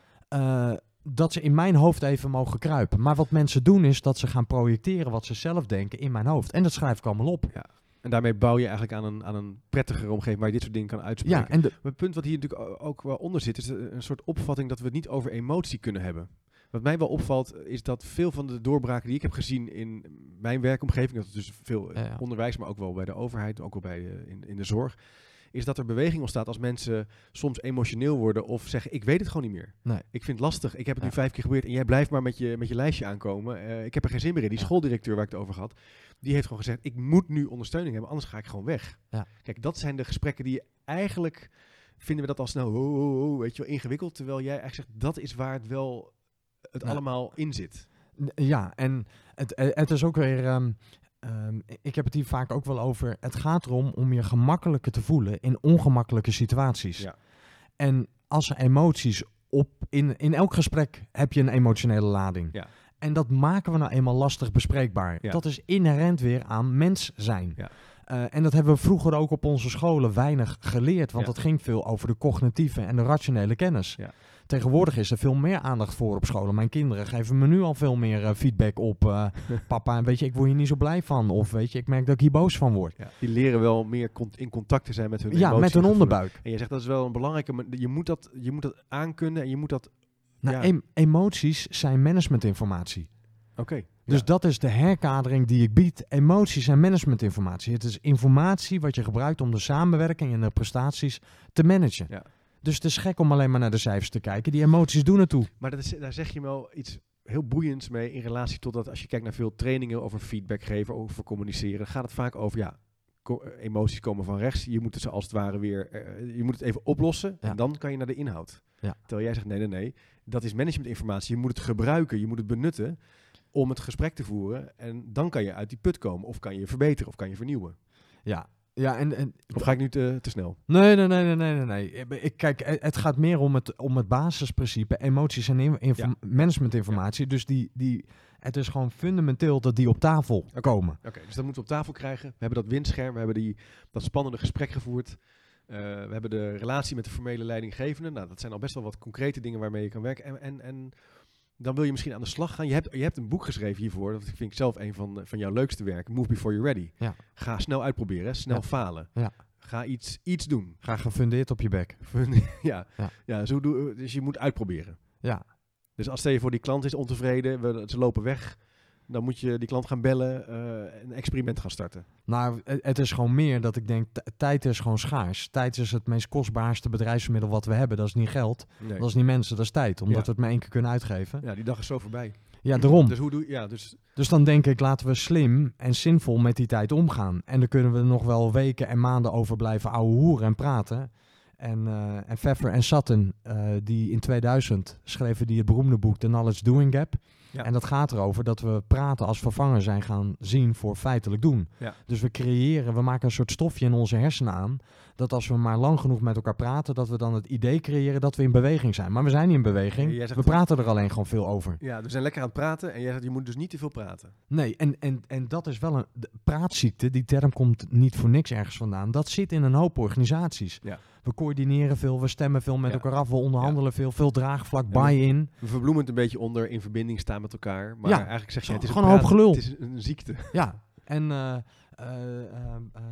ja. uh, dat ze in mijn hoofd even mogen kruipen. Maar wat mensen doen is dat ze gaan projecteren wat ze zelf denken in mijn hoofd. En dat schrijf ik allemaal op. Ja. En daarmee bouw je eigenlijk aan een, aan een prettigere omgeving waar je dit soort dingen kan uitspreken. Ja, en de, maar het punt wat hier natuurlijk ook wel onder zit, is een soort opvatting dat we het niet over emotie kunnen hebben. Wat mij wel opvalt, is dat veel van de doorbraken die ik heb gezien in mijn werkomgeving, dat is dus veel ja, ja. onderwijs, maar ook wel bij de overheid, ook wel bij uh, in, in de zorg, is dat er beweging ontstaat als mensen soms emotioneel worden of zeggen, ik weet het gewoon niet meer. Nee. Ik vind het lastig, ik heb het ja. nu vijf keer geprobeerd en jij blijft maar met je, met je lijstje aankomen. Uh, ik heb er geen zin meer in. Die ja. schooldirecteur waar ik het over had, die heeft gewoon gezegd, ik moet nu ondersteuning hebben, anders ga ik gewoon weg. Ja. Kijk, dat zijn de gesprekken die je eigenlijk, vinden we dat al snel, oh, oh, oh, weet je wel, ingewikkeld, terwijl jij eigenlijk zegt, dat is waar het wel het ja. allemaal in zit. Ja, en het, het is ook weer... Um, Um, ik heb het hier vaak ook wel over. Het gaat erom om je gemakkelijker te voelen in ongemakkelijke situaties. Ja. En als er emoties op... In, in elk gesprek heb je een emotionele lading. Ja. En dat maken we nou eenmaal lastig bespreekbaar. Ja. Dat is inherent weer aan mens zijn. Ja. Uh, en dat hebben we vroeger ook op onze scholen weinig geleerd. Want ja. het ging veel over de cognitieve en de rationele kennis. Ja. Tegenwoordig is er veel meer aandacht voor op scholen. Mijn kinderen geven me nu al veel meer uh, feedback op. Uh, papa, weet je, ik word hier niet zo blij van. Of weet je, ik merk dat ik hier boos van word. Ja, die leren wel meer cont- in contact te zijn met hun ja, emoties. Ja, met hun onderbuik. En je zegt dat is wel een belangrijke... Je moet dat, je moet dat aankunnen en je moet dat... Nou, ja. em- emoties zijn managementinformatie. Oké. Okay, dus ja. dat is de herkadering die ik bied. Emoties zijn managementinformatie. Het is informatie wat je gebruikt om de samenwerking en de prestaties te managen. Ja. Dus het is gek om alleen maar naar de cijfers te kijken. Die emoties doen ertoe. Maar dat is, daar zeg je wel iets heel boeiends mee in relatie tot dat als je kijkt naar veel trainingen over feedback geven, over communiceren, gaat het vaak over, ja, co- emoties komen van rechts. Je moet het ze als het ware weer, uh, je moet het even oplossen ja. en dan kan je naar de inhoud. Ja. Terwijl jij zegt, nee, nee, nee, dat is managementinformatie. Je moet het gebruiken, je moet het benutten om het gesprek te voeren en dan kan je uit die put komen of kan je verbeteren of kan je vernieuwen. Ja. Ja, en, en, of ga ik nu te, te snel? Nee, nee, nee, nee, nee, nee. Ik, kijk, het gaat meer om het, om het basisprincipe. Emoties en inf- ja. managementinformatie. Ja. Dus die, die, het is gewoon fundamenteel dat die op tafel okay. komen. Oké, okay, dus dat moeten we op tafel krijgen. We hebben dat windscherm, we hebben die, dat spannende gesprek gevoerd. Uh, we hebben de relatie met de formele leidinggevende. Nou, dat zijn al best wel wat concrete dingen waarmee je kan werken. En... en, en dan wil je misschien aan de slag gaan. Je hebt, je hebt een boek geschreven hiervoor. Dat vind ik zelf een van, van jouw leukste werken. Move before you're ready. Ja. Ga snel uitproberen. Hè? Snel ja. falen. Ja. Ga iets, iets doen. Ga gefundeerd op je bek. ja, ja. ja zo doe, dus je moet uitproberen. Ja. Dus als stel je voor die klant is ontevreden. We, ze lopen weg. Dan moet je die klant gaan bellen, uh, een experiment gaan starten. Nou, het is gewoon meer dat ik denk, t- tijd is gewoon schaars. Tijd is het meest kostbaarste bedrijfsmiddel wat we hebben. Dat is niet geld, nee. dat is niet mensen, dat is tijd. Omdat ja. we het maar één keer kunnen uitgeven. Ja, die dag is zo voorbij. Ja, daarom. Dus, hoe doe, ja, dus... dus dan denk ik, laten we slim en zinvol met die tijd omgaan. En dan kunnen we nog wel weken en maanden over blijven ouwe hoeren en praten. En, uh, en Pfeffer en Sutton, uh, die in tweeduizend schreven die het beroemde boek The Knowledge Doing Gap. Ja. En dat gaat erover dat we praten als vervanger zijn gaan zien voor feitelijk doen. Ja. Dus we creëren, we maken een soort stofje in onze hersenen aan, dat als we maar lang genoeg met elkaar praten, dat we dan het idee creëren dat we in beweging zijn. Maar we zijn niet in beweging, ja, we praten er alleen gewoon veel over. Ja, we zijn lekker aan het praten en jij zegt, je moet dus niet te veel praten. Nee, en, en, en dat is wel een de praatziekte, die term komt niet voor niks ergens vandaan. Dat zit in een hoop organisaties. Ja. We coördineren veel, we stemmen veel met ja. elkaar af, we onderhandelen ja. veel, veel draagvlak, ja, buy-in. We verbloemen het een beetje onder in verbinding staan met elkaar. Maar ja. eigenlijk zeg je, het is gewoon een hoop gelul. Het is een ziekte. Ja, en uh, uh, uh, uh,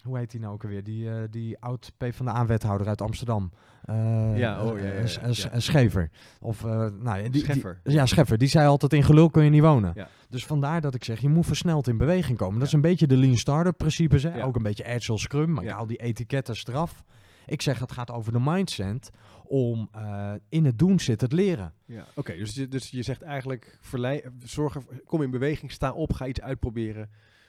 hoe heet die nou ook alweer? Die, uh, die oud P van de A-wethouder uit Amsterdam. Uh, ja, oh ja. ja, ja, ja. Uh, ja. Schever. Of, uh, nou, die, Scheffer. Die, ja, Scheffer. Die zei altijd, in gelul kun je niet wonen. Ja. Dus vandaar dat ik zeg, je moet versneld in beweging komen. Dat ja. is een beetje de lean startup principes. Hè? Ja. Ook een beetje Agile Scrum. Maar ja. al die etiketten straf. Ik zeg, het gaat over de mindset om uh, in het doen zit het leren. Ja, Oké, okay, dus, dus je zegt eigenlijk, verlei, zorg er, kom in beweging, sta op, ga iets uitproberen.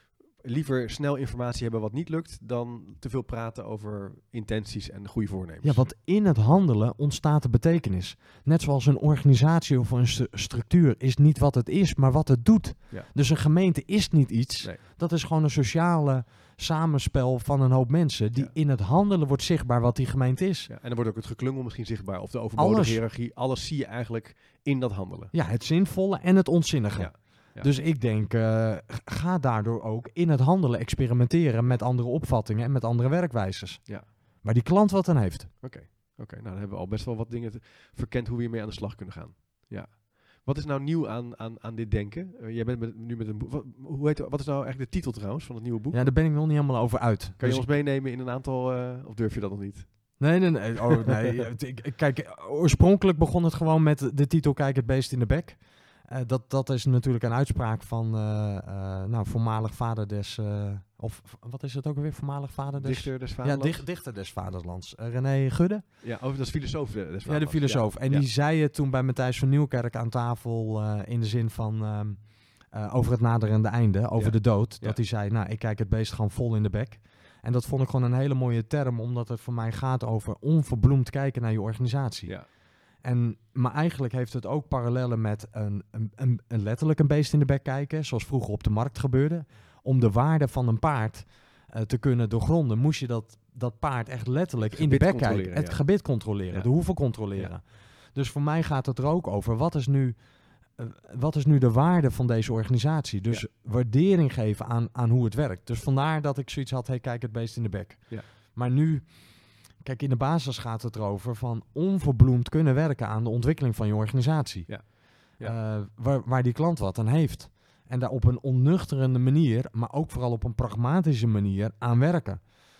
Liever snel informatie hebben wat niet lukt, dan te veel praten over intenties en goede voornemens. Ja, want in het handelen ontstaat de betekenis. Net zoals een organisatie of een st- structuur is niet wat het is, maar wat het doet. Ja. Dus een gemeente is niet iets. Nee. Dat is gewoon een sociale samenspel van een hoop mensen die ja. in het handelen wordt zichtbaar wat die gemeente is. Ja, en dan wordt ook het geklungel misschien zichtbaar of de overbodige alles. hiërarchie. Alles zie je eigenlijk in dat handelen. Ja, het zinvolle en het onzinnige. Ja. Ja. Dus ik denk, uh, ga daardoor ook in het handelen experimenteren met andere opvattingen en met andere werkwijzes. Ja. Waar die klant wat aan heeft. Oké, okay. okay, nou dan hebben we al best wel wat dingen te, verkend hoe we hiermee aan de slag kunnen gaan. Ja. Wat is nou nieuw aan, aan, aan dit denken? Uh, jij bent met, nu met een boek. Wat, hoe heet, wat is nou eigenlijk de titel trouwens van het nieuwe boek? Ja, daar ben ik nog niet helemaal over uit. Kan dus je ons meenemen in een aantal, uh, of durf je dat nog niet? Nee, nee, nee. Oh, nee. Kijk, oorspronkelijk begon het gewoon met de titel Kijk het beest in de bek. Uh, dat, dat is natuurlijk een uitspraak van uh, uh, nou, voormalig vader des... Uh, of wat is het ook alweer? Voormalig vader des... Dichter des vaderlands? Ja, dich, dichter des vaderlands. Uh, René Gudde. Ja, over, dat is filosoof des vaderlands. Ja, de filosoof. Ja. En ja. die zei het toen bij Matthijs van Nieuwkerk aan tafel uh, in de zin van... Uh, uh, over het naderende einde, over ja. de dood. Dat hij ja. zei, nou, ik kijk het beest gewoon vol in de bek. En dat vond ik gewoon een hele mooie term, omdat het voor mij gaat over onverbloemd kijken naar je organisatie. Ja. En, maar eigenlijk heeft het ook parallellen met een, een, een, een letterlijk een beest in de bek kijken, zoals vroeger op de markt gebeurde. Om de waarde van een paard uh, te kunnen doorgronden, moest je dat, dat paard echt letterlijk in de bek kijken. Het ja. gebit controleren, ja. de hoeven controleren. Ja. Dus voor mij gaat het er ook over, wat is nu, uh, wat is nu de waarde van deze organisatie? Dus ja. waardering geven aan, aan hoe het werkt. Dus vandaar dat ik zoiets had, hey, kijk het beest in de bek. Ja. Maar nu... Kijk, in de basis gaat het erover van onverbloemd kunnen werken aan de ontwikkeling van je organisatie. Ja. Ja. Uh, waar, waar die klant wat aan heeft. En daar op een onnuchterende manier, maar ook vooral op een pragmatische manier aan werken.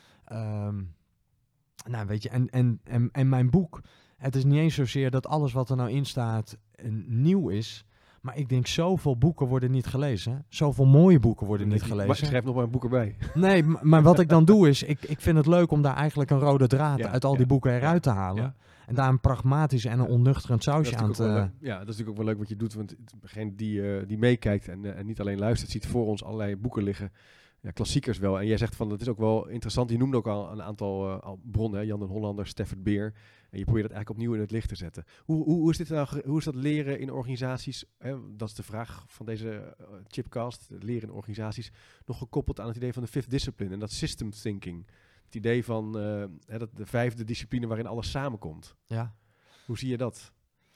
Um, nou, weet je, en, en, en, en mijn boek, het is niet eens zozeer dat alles wat er nou in staat nieuw is. Maar ik denk, zoveel boeken worden niet gelezen. Zoveel mooie boeken worden niet gelezen. Maar schrijf nog maar een boek erbij. Nee, m- maar wat ik dan doe is, ik, ik vind het leuk om daar eigenlijk een rode draad ja, uit al ja, die boeken eruit ja, te halen. Ja. En daar een pragmatisch en een onnuchterend sausje aan te... Ja, dat is natuurlijk ook wel leuk wat je doet. Want degene die, uh, die meekijkt en, uh, en niet alleen luistert, ziet voor ons allerlei boeken liggen. Ja, klassiekers wel. En jij zegt van, dat is ook wel interessant. Je noemde ook al een aantal uh, al bronnen. Hè? Jan den Hollander, Stafford Beer. En je probeert het eigenlijk opnieuw in het licht te zetten. Hoe, hoe, hoe, is, dit nou, hoe is dat leren in organisaties? Hè? Dat is de vraag van deze uh, chipcast. Leren in organisaties. Nog gekoppeld aan het idee van de fifth discipline. En dat system thinking. Het idee van uh, hè, dat de vijfde discipline waarin alles samenkomt. Ja. Hoe zie je dat?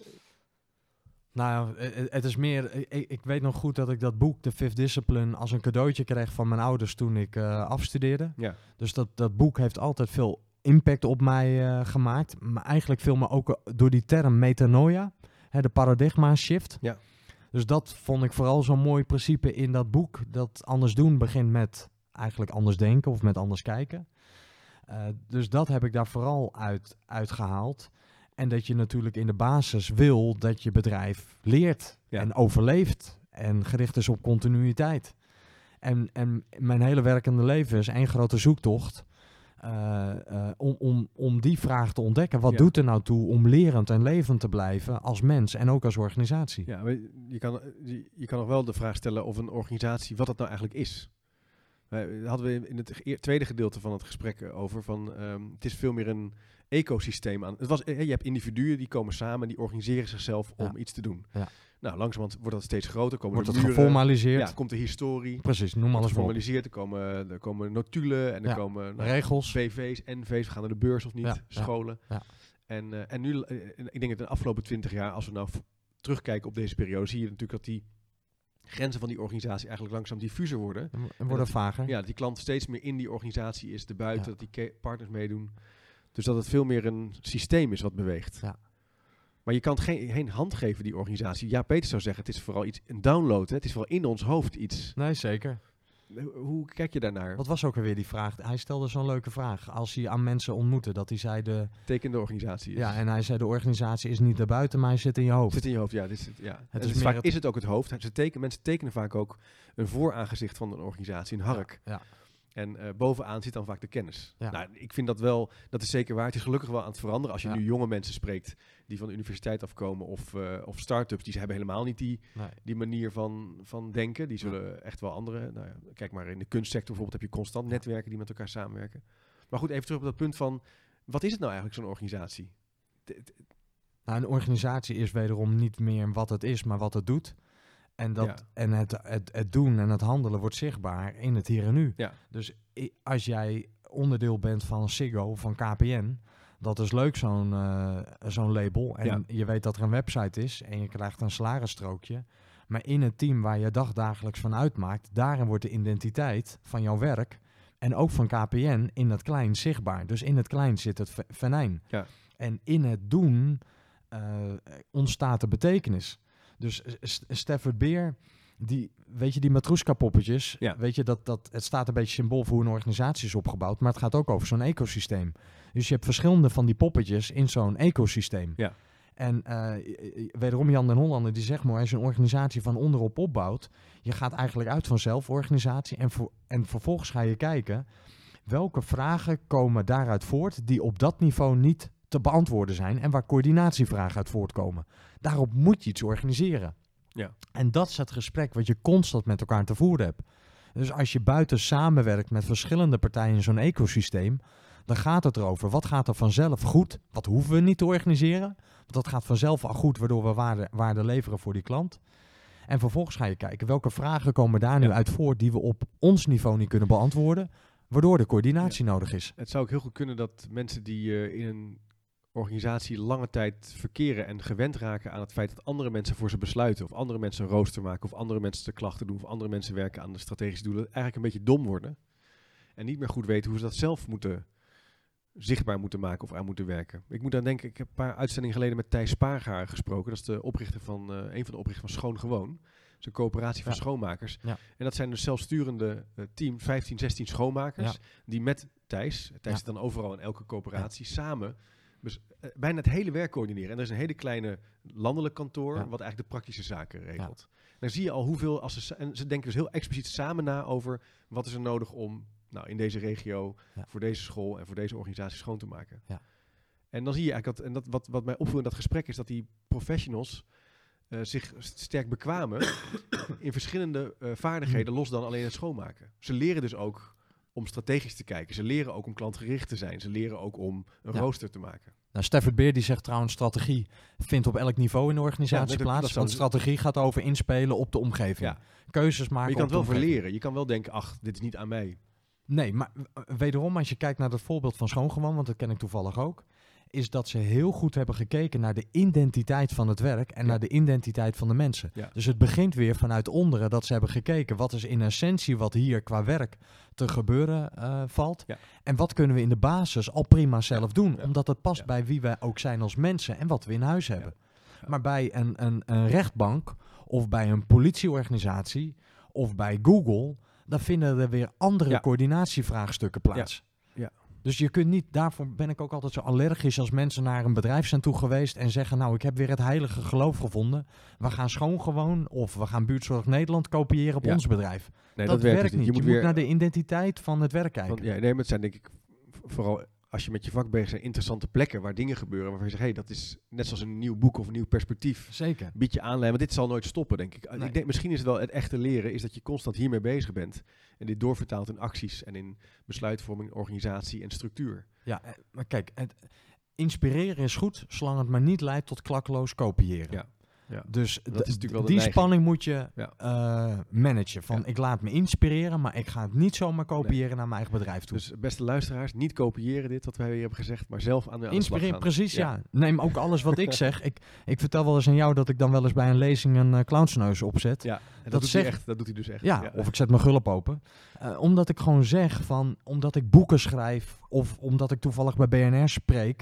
Nou, het, het is meer... Ik, ik weet nog goed dat ik dat boek, The Fifth Discipline, als een cadeautje kreeg van mijn ouders toen ik uh, afstudeerde. Ja. Dus dat, dat boek heeft altijd veel impact op mij uh, gemaakt. Maar eigenlijk veel me ook door die term metanoia, hè, de paradigma shift. Ja. Dus dat vond ik vooral zo'n mooi principe in dat boek. Dat anders doen begint met eigenlijk anders denken of met anders kijken. Uh, dus dat heb ik daar vooral uit, uit gehaald. En dat je natuurlijk in de basis wil dat je bedrijf leert ja. en overleeft en gericht is op continuïteit. En, en mijn hele werkende leven is één grote zoektocht uh, uh, om, om, om die vraag te ontdekken. Wat ja. doet er nou toe om lerend en levend te blijven als mens en ook als organisatie? Ja, je kan, je, je kan nog wel de vraag stellen of een organisatie, wat dat nou eigenlijk is. Daar hadden we in het tweede gedeelte van het gesprek over van um, het is veel meer een ecosysteem aan. Het was, je hebt individuen die komen samen en die organiseren zichzelf om ja. iets te doen. Ja. Nou, langzamerhand wordt dat steeds groter. Komen wordt het geformaliseerd? Ja, komt de historie. Precies, noem alles geformaliseerd. Er komen, er komen notulen en er ja. komen nou, regels, B V's, N V's. We gaan naar de beurs of niet, ja. scholen. Ja. En, uh, en nu, uh, ik denk dat de afgelopen twintig jaar, als we nou v- terugkijken op deze periode, zie je natuurlijk dat die grenzen van die organisatie eigenlijk langzaam diffuser worden. En, en worden vager. Ja, dat die klant steeds meer in die organisatie is, erbuiten, ja. dat die ke- partners meedoen. Dus dat het veel meer een systeem is wat beweegt. Ja. Maar je kan het geen, geen hand geven, die organisatie. Ja, Peter zou zeggen, het is vooral iets, een download. Hè? Het is vooral in ons hoofd iets. Nee, zeker. Hoe kijk je daarnaar? Wat was ook alweer die vraag? Hij stelde zo'n leuke vraag. Als hij aan mensen ontmoette, dat hij zei de... Tekende organisatie is. Ja, en hij zei de organisatie is niet daarbuiten, maar hij zit in je hoofd. Zit in je hoofd, ja. Dit is het, ja. Het is is vaak het... is het ook het hoofd. Ze tekenen, mensen tekenen vaak ook een vooraangezicht van een organisatie, een hark. Ja, ja. En uh, bovenaan zit dan vaak de kennis. Ja. Nou, ik vind dat wel, dat is zeker waar. Het is gelukkig wel aan het veranderen. Als je ja. nu jonge mensen spreekt die van de universiteit afkomen of, uh, of start-ups, die hebben helemaal niet die, nee. die manier van, van denken. Die zullen ja. echt wel andere, nou ja, kijk maar in de kunstsector bijvoorbeeld heb je constant netwerken die met elkaar samenwerken. Maar goed, even terug op dat punt van, wat is het nou eigenlijk zo'n organisatie? De, de, nou, een organisatie is wederom niet meer wat het is, maar wat het doet. En, dat, ja. en het, het, het doen en het handelen wordt zichtbaar in het hier en nu. Ja. Dus i- als jij onderdeel bent van Ziggo, van K P N, dat is leuk zo'n, uh, zo'n label. En ja. je weet dat er een website is en je krijgt een salarisstrookje. Maar in het team waar je dagdagelijks van uitmaakt, daarin wordt de identiteit van jouw werk en ook van K P N in het klein zichtbaar. Dus in het klein zit het v- venijn. Ja. En in het doen uh, ontstaat de betekenis. Dus St- Stafford Beer, die, weet je, die Matroeska-poppetjes, ja. weet je, dat, dat, het staat een beetje symbool voor hoe een organisatie is opgebouwd, maar het gaat ook over zo'n ecosysteem. Dus je hebt verschillende van die poppetjes in zo'n ecosysteem. Ja. En uh, wederom Jan den Hollander, die zegt maar, als je een organisatie van onderop opbouwt, je gaat eigenlijk uit van zelforganisatie en, voor, en vervolgens ga je kijken, welke vragen komen daaruit voort die op dat niveau niet te beantwoorden zijn en waar coördinatievragen uit voortkomen. Daarop moet je iets organiseren. Ja. En dat is het gesprek wat je constant met elkaar te voeren hebt. Dus als je buiten samenwerkt met verschillende partijen in zo'n ecosysteem, dan gaat het erover, wat gaat er vanzelf goed? Wat hoeven we niet te organiseren? Want dat gaat vanzelf al goed, waardoor we waarde, waarde leveren voor die klant. En vervolgens ga je kijken, welke vragen komen daar nu ja. uit voort die we op ons niveau niet kunnen beantwoorden, waardoor de coördinatie ja. nodig is. Het zou ook heel goed kunnen dat mensen die uh, in een organisatie lange tijd verkeren en gewend raken aan het feit dat andere mensen voor ze besluiten, of andere mensen een rooster maken, of andere mensen de klachten doen, of andere mensen werken aan de strategische doelen, eigenlijk een beetje dom worden en niet meer goed weten hoe ze dat zelf moeten zichtbaar moeten maken of aan moeten werken. Ik moet aan denken, ik heb een paar uitzendingen geleden met Thijs Spaargaar gesproken. Dat is de oprichter van, uh, een van de oprichters van Schoon Gewoon. Dat is een coöperatie van ja. schoonmakers. Ja. En dat zijn dus zelfsturende uh, team, vijftien, zestien schoonmakers, ja. die met Thijs, Thijs ja. zit dan overal in elke coöperatie, ja. samen dus, uh, bijna het hele werk coördineren. En er is een hele kleine landelijk kantoor, ja. wat eigenlijk de praktische zaken regelt. Ja. Dan zie je al hoeveel, als ze, en ze denken dus heel expliciet samen na over wat is er nodig om nou, in deze regio, ja. voor deze school en voor deze organisatie schoon te maken. Ja. En dan zie je eigenlijk dat, en dat, wat, wat mij opviel in dat gesprek is dat die professionals uh, zich sterk bekwamen in verschillende uh, vaardigheden, los dan alleen het schoonmaken. Ze leren dus ook om strategisch te kijken. Ze leren ook om klantgericht te zijn. Ze leren ook om een ja. rooster te maken. Nou, Stafford Beer die zegt trouwens, strategie vindt op elk niveau in de organisatie ja, plaats. Dat, dat want strategie gaat over inspelen op de omgeving. Ja. Keuzes maken. Maar je kan op het wel verleren. verleren. Je kan wel denken, ach, dit is niet aan mij. Nee, maar wederom, als je kijkt naar het voorbeeld van Schoon Gewoon, want dat ken ik toevallig ook, is dat ze heel goed hebben gekeken naar de identiteit van het werk en ja. naar de identiteit van de mensen. Ja. Dus het begint weer vanuit onderen dat ze hebben gekeken wat is in essentie wat hier qua werk te gebeuren uh, valt. Ja. En wat kunnen we in de basis al prima zelf doen, ja. omdat het past ja. bij wie wij ook zijn als mensen en wat we in huis hebben. Ja. Ja. Maar bij een, een, een rechtbank of bij een politieorganisatie of bij Google, dan vinden er weer andere ja. coördinatievraagstukken plaats. Ja. Ja. Dus je kunt niet, daarvoor ben ik ook altijd zo allergisch als mensen naar een bedrijf zijn toe geweest en zeggen, nou, ik heb weer het heilige geloof gevonden. We gaan Schoon Gewoon of we gaan Buurtzorg Nederland kopiëren op ja. ons bedrijf. Nee, dat, dat werkt niet. Je, je moet, weer, moet naar de identiteit van het werk kijken. Want, ja, nee, maar het zijn denk ik vooral, als je met je vak bezig bent, interessante plekken waar dingen gebeuren, waarvan je zegt, hé, hey, dat is net zoals een nieuw boek of een nieuw perspectief. Zeker. Bied je aanleiding, maar dit zal nooit stoppen, denk ik. Nee. ik denk, misschien is het wel het echte leren, is dat je constant hiermee bezig bent en dit doorvertaalt in acties en in besluitvorming, organisatie en structuur. Ja, maar kijk, het, inspireren is goed, zolang het maar niet leidt tot klakkeloos kopiëren. Ja. Ja. Dus dat d- is natuurlijk wel die neiging. Spanning moet je ja. uh, managen. Van ja. ik laat me inspireren, maar ik ga het niet zomaar kopiëren nee. naar mijn eigen bedrijf toe. Dus beste luisteraars, niet kopiëren dit wat wij hier hebben gezegd, maar zelf aan de, aan de slag gaan. Precies, ja. ja. Neem ook alles wat ik zeg. Ik, ik vertel wel eens aan jou dat ik dan wel eens bij een lezing een uh, clownsneus opzet. Ja, en dat, dat, doet zeg, hij echt, dat doet hij dus echt. Ja, ja. of ik zet mijn gulp open. Uh, omdat ik gewoon zeg van, omdat ik boeken schrijf of omdat ik toevallig bij B N R spreek,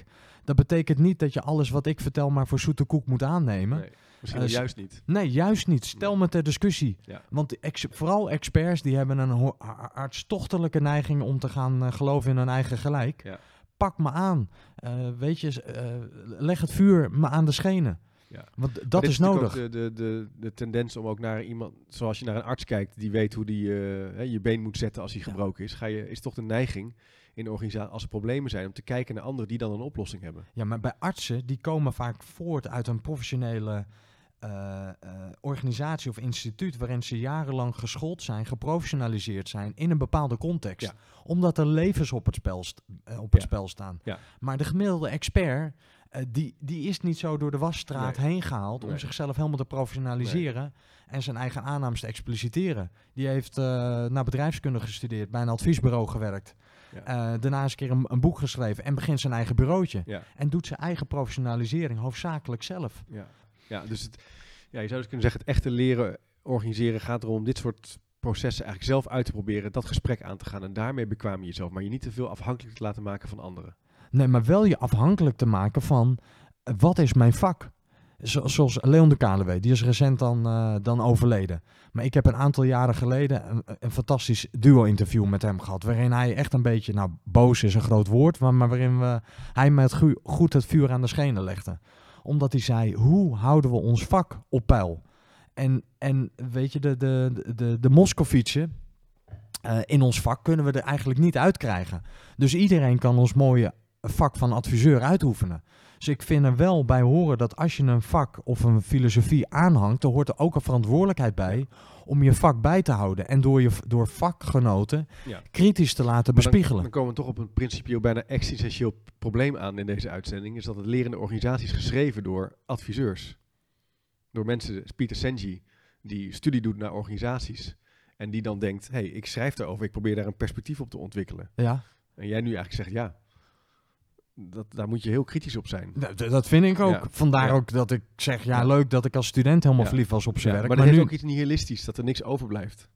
Dat betekent niet dat je alles wat ik vertel maar voor zoete koek moet aannemen. Nee, misschien Uh, wel juist niet. Nee, juist niet. Stel Nee. me ter discussie. Ja. Want ex- vooral experts die hebben een ho- hartstochtelijke neiging om te gaan uh, geloven in hun eigen gelijk. Ja. Pak me aan. Uh, weet je, uh, leg het vuur me aan de schenen. Ja. Want dat Maar dit is natuurlijk nodig. ook de, de, de, de tendens om ook naar iemand, zoals je naar een arts kijkt, die weet hoe die uh, hè, je been moet zetten als hij Ja. gebroken is, ga je, is toch de neiging in de organisatie, als er problemen zijn, om te kijken naar anderen die dan een oplossing hebben. Ja, maar bij artsen, die komen vaak voort uit een professionele uh, uh, organisatie of instituut waarin ze jarenlang geschoold zijn, geprofessionaliseerd zijn in een bepaalde context. Ja. Omdat er levens op het spel, st- uh, op het Ja. spel staan. Ja. Maar de gemiddelde expert, uh, die, die is niet zo door de wasstraat Nee. heen gehaald om Nee. zichzelf helemaal te professionaliseren en zijn eigen aannames te expliciteren. Die heeft uh, naar bedrijfskunde gestudeerd, bij een adviesbureau gewerkt. Ja. Uh, daarna eens een keer een, een boek geschreven en begint zijn eigen bureautje. Ja. En doet zijn eigen professionalisering hoofdzakelijk zelf. Ja, ja, dus het, ja, je zou dus kunnen zeggen, het echte leren organiseren gaat erom om dit soort processen eigenlijk zelf uit te proberen, dat gesprek aan te gaan en daarmee bekwaam je jezelf, maar je niet te veel afhankelijk te laten maken van anderen. Nee, maar wel je afhankelijk te maken van, uh, wat is mijn vak? Zo, zoals Leon de Kalewee, die is recent dan, uh, dan overleden. Maar ik heb een aantal jaren geleden een, een fantastisch duo-interview met hem gehad, waarin hij echt een beetje, nou boos is een groot woord, maar, maar waarin we, hij met gu- goed het vuur aan de schenen legde. Omdat hij zei, hoe houden we ons vak op peil? En, en weet je, de, de, de, de Moskovitsje uh, in ons vak kunnen we er eigenlijk niet uitkrijgen. Dus iedereen kan ons mooie vak van adviseur uitoefenen. Dus ik vind er wel bij horen dat als je een vak of een filosofie aanhangt, dan hoort er ook een verantwoordelijkheid bij om je vak bij te houden. En door je door vakgenoten Ja. kritisch te laten Maar dan, bespiegelen. dan komen we toch op een principieel bijna existentieel probleem aan in deze uitzending, is dat het lerende organisatie is geschreven door adviseurs. Door mensen, Peter Senge, die studie doet naar organisaties en die dan denkt, hé, hey, ik schrijf daarover, ik probeer daar een perspectief op te ontwikkelen. Ja. En jij nu eigenlijk zegt, ja, dat, daar moet je heel kritisch op zijn. Dat, dat vind ik ook. Ja. Vandaar Ja. ook dat ik zeg, ja, Ja. leuk dat ik als student helemaal Ja. verliefd was op zijn Ja, werk. maar Maar, dat nu, heeft ook iets nihilistisch, dat er niks overblijft.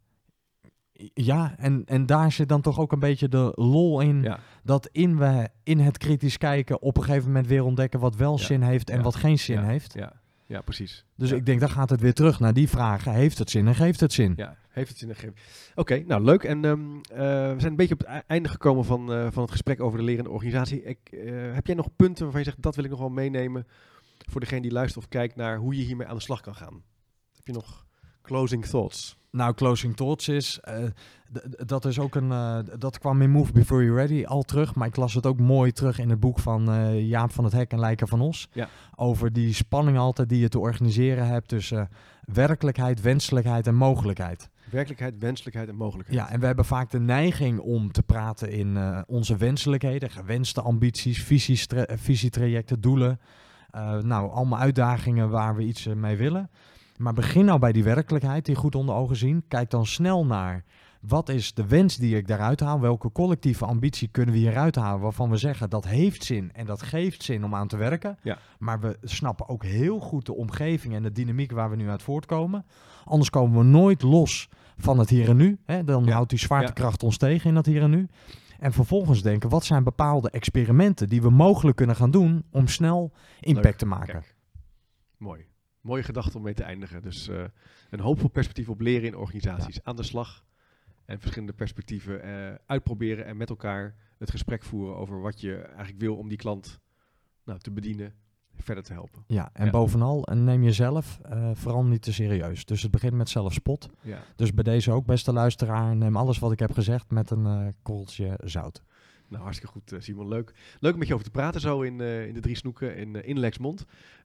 ja, en, en daar zit dan toch ook een beetje de lol in. Ja, Dat in, we, in het kritisch kijken op een gegeven moment weer ontdekken wat wel Ja. zin heeft en Ja. wat geen zin ja, heeft. Ja, ja precies. Dus Ja. ik denk, dan gaat het weer terug naar die vragen. Heeft het zin en geeft het zin? Ja, heeft het zin gegeven. Oké, okay, nou leuk. En um, uh, we zijn een beetje op het e- einde gekomen van, uh, van het gesprek over de lerende organisatie. Ik, uh, heb jij nog punten waarvan je zegt, dat wil ik nog wel meenemen voor degene die luistert of kijkt naar hoe je hiermee aan de slag kan gaan? Heb je nog closing thoughts? Nou, closing thoughts is, uh, d- d- dat is ook een, uh, dat kwam in Move Before You're Ready al terug, maar ik las het ook mooi terug in het boek van uh, Jaap van het Hek en Lijken van Os. Ja. Over die spanning altijd die je te organiseren hebt tussen uh, werkelijkheid, wenselijkheid en mogelijkheid. Werkelijkheid, wenselijkheid en mogelijkheid. Ja, en we hebben vaak de neiging om te praten in uh, onze wenselijkheden, gewenste ambities, visies, tra- visietrajecten, doelen. Uh, nou, allemaal uitdagingen waar we iets uh, mee willen. Maar begin nou bij die werkelijkheid, die goed onder ogen zien. Kijk dan snel naar, wat is de wens die ik daaruit haal? Welke collectieve ambitie kunnen we hieruit halen waarvan we zeggen, dat heeft zin en dat geeft zin om aan te werken. Ja. Maar we snappen ook heel goed de omgeving en de dynamiek waar we nu uit voortkomen. Anders komen we nooit los van het hier en nu. Hè? Dan Ja. houdt die zwaartekracht ons tegen in dat hier en nu. En vervolgens denken, wat zijn bepaalde experimenten die we mogelijk kunnen gaan doen om snel impact Leuk. te maken. Kijk. Mooi. Mooie gedachte om mee te eindigen. Dus uh, een hoopvol perspectief op leren in organisaties. Ja. Aan de slag en verschillende perspectieven uh, uitproberen en met elkaar het gesprek voeren over wat je eigenlijk wil om die klant nou, te bedienen, verder te helpen. Ja, en Ja. bovenal neem jezelf uh, vooral niet te serieus. Dus het begint met zelfspot. Ja. Dus bij deze ook, beste luisteraar, neem alles wat ik heb gezegd met een uh, korreltje zout. Nou, hartstikke goed, uh, Simon. Leuk. Leuk om met je over te praten zo in, uh, in de Drie Snoeken in, uh, in Lexmond.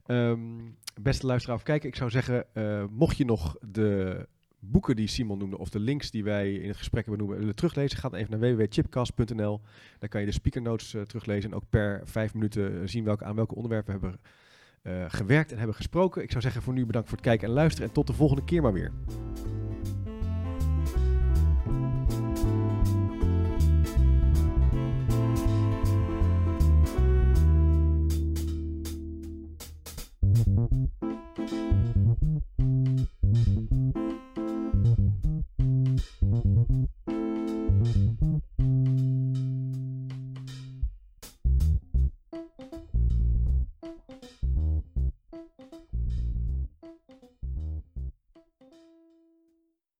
Um, beste luisteraar of kijker, ik zou zeggen, uh, mocht je nog de boeken die Simon noemde of de links die wij in het gesprek hebben noemen willen teruglezen, ga dan even naar w w w punt chipcast punt n l. Daar kan je de speaker notes uh, teruglezen en ook per vijf minuten zien welke, aan welke onderwerpen we hebben uh, gewerkt en hebben gesproken. Ik zou zeggen voor nu bedankt voor het kijken en luisteren en tot de volgende keer maar weer.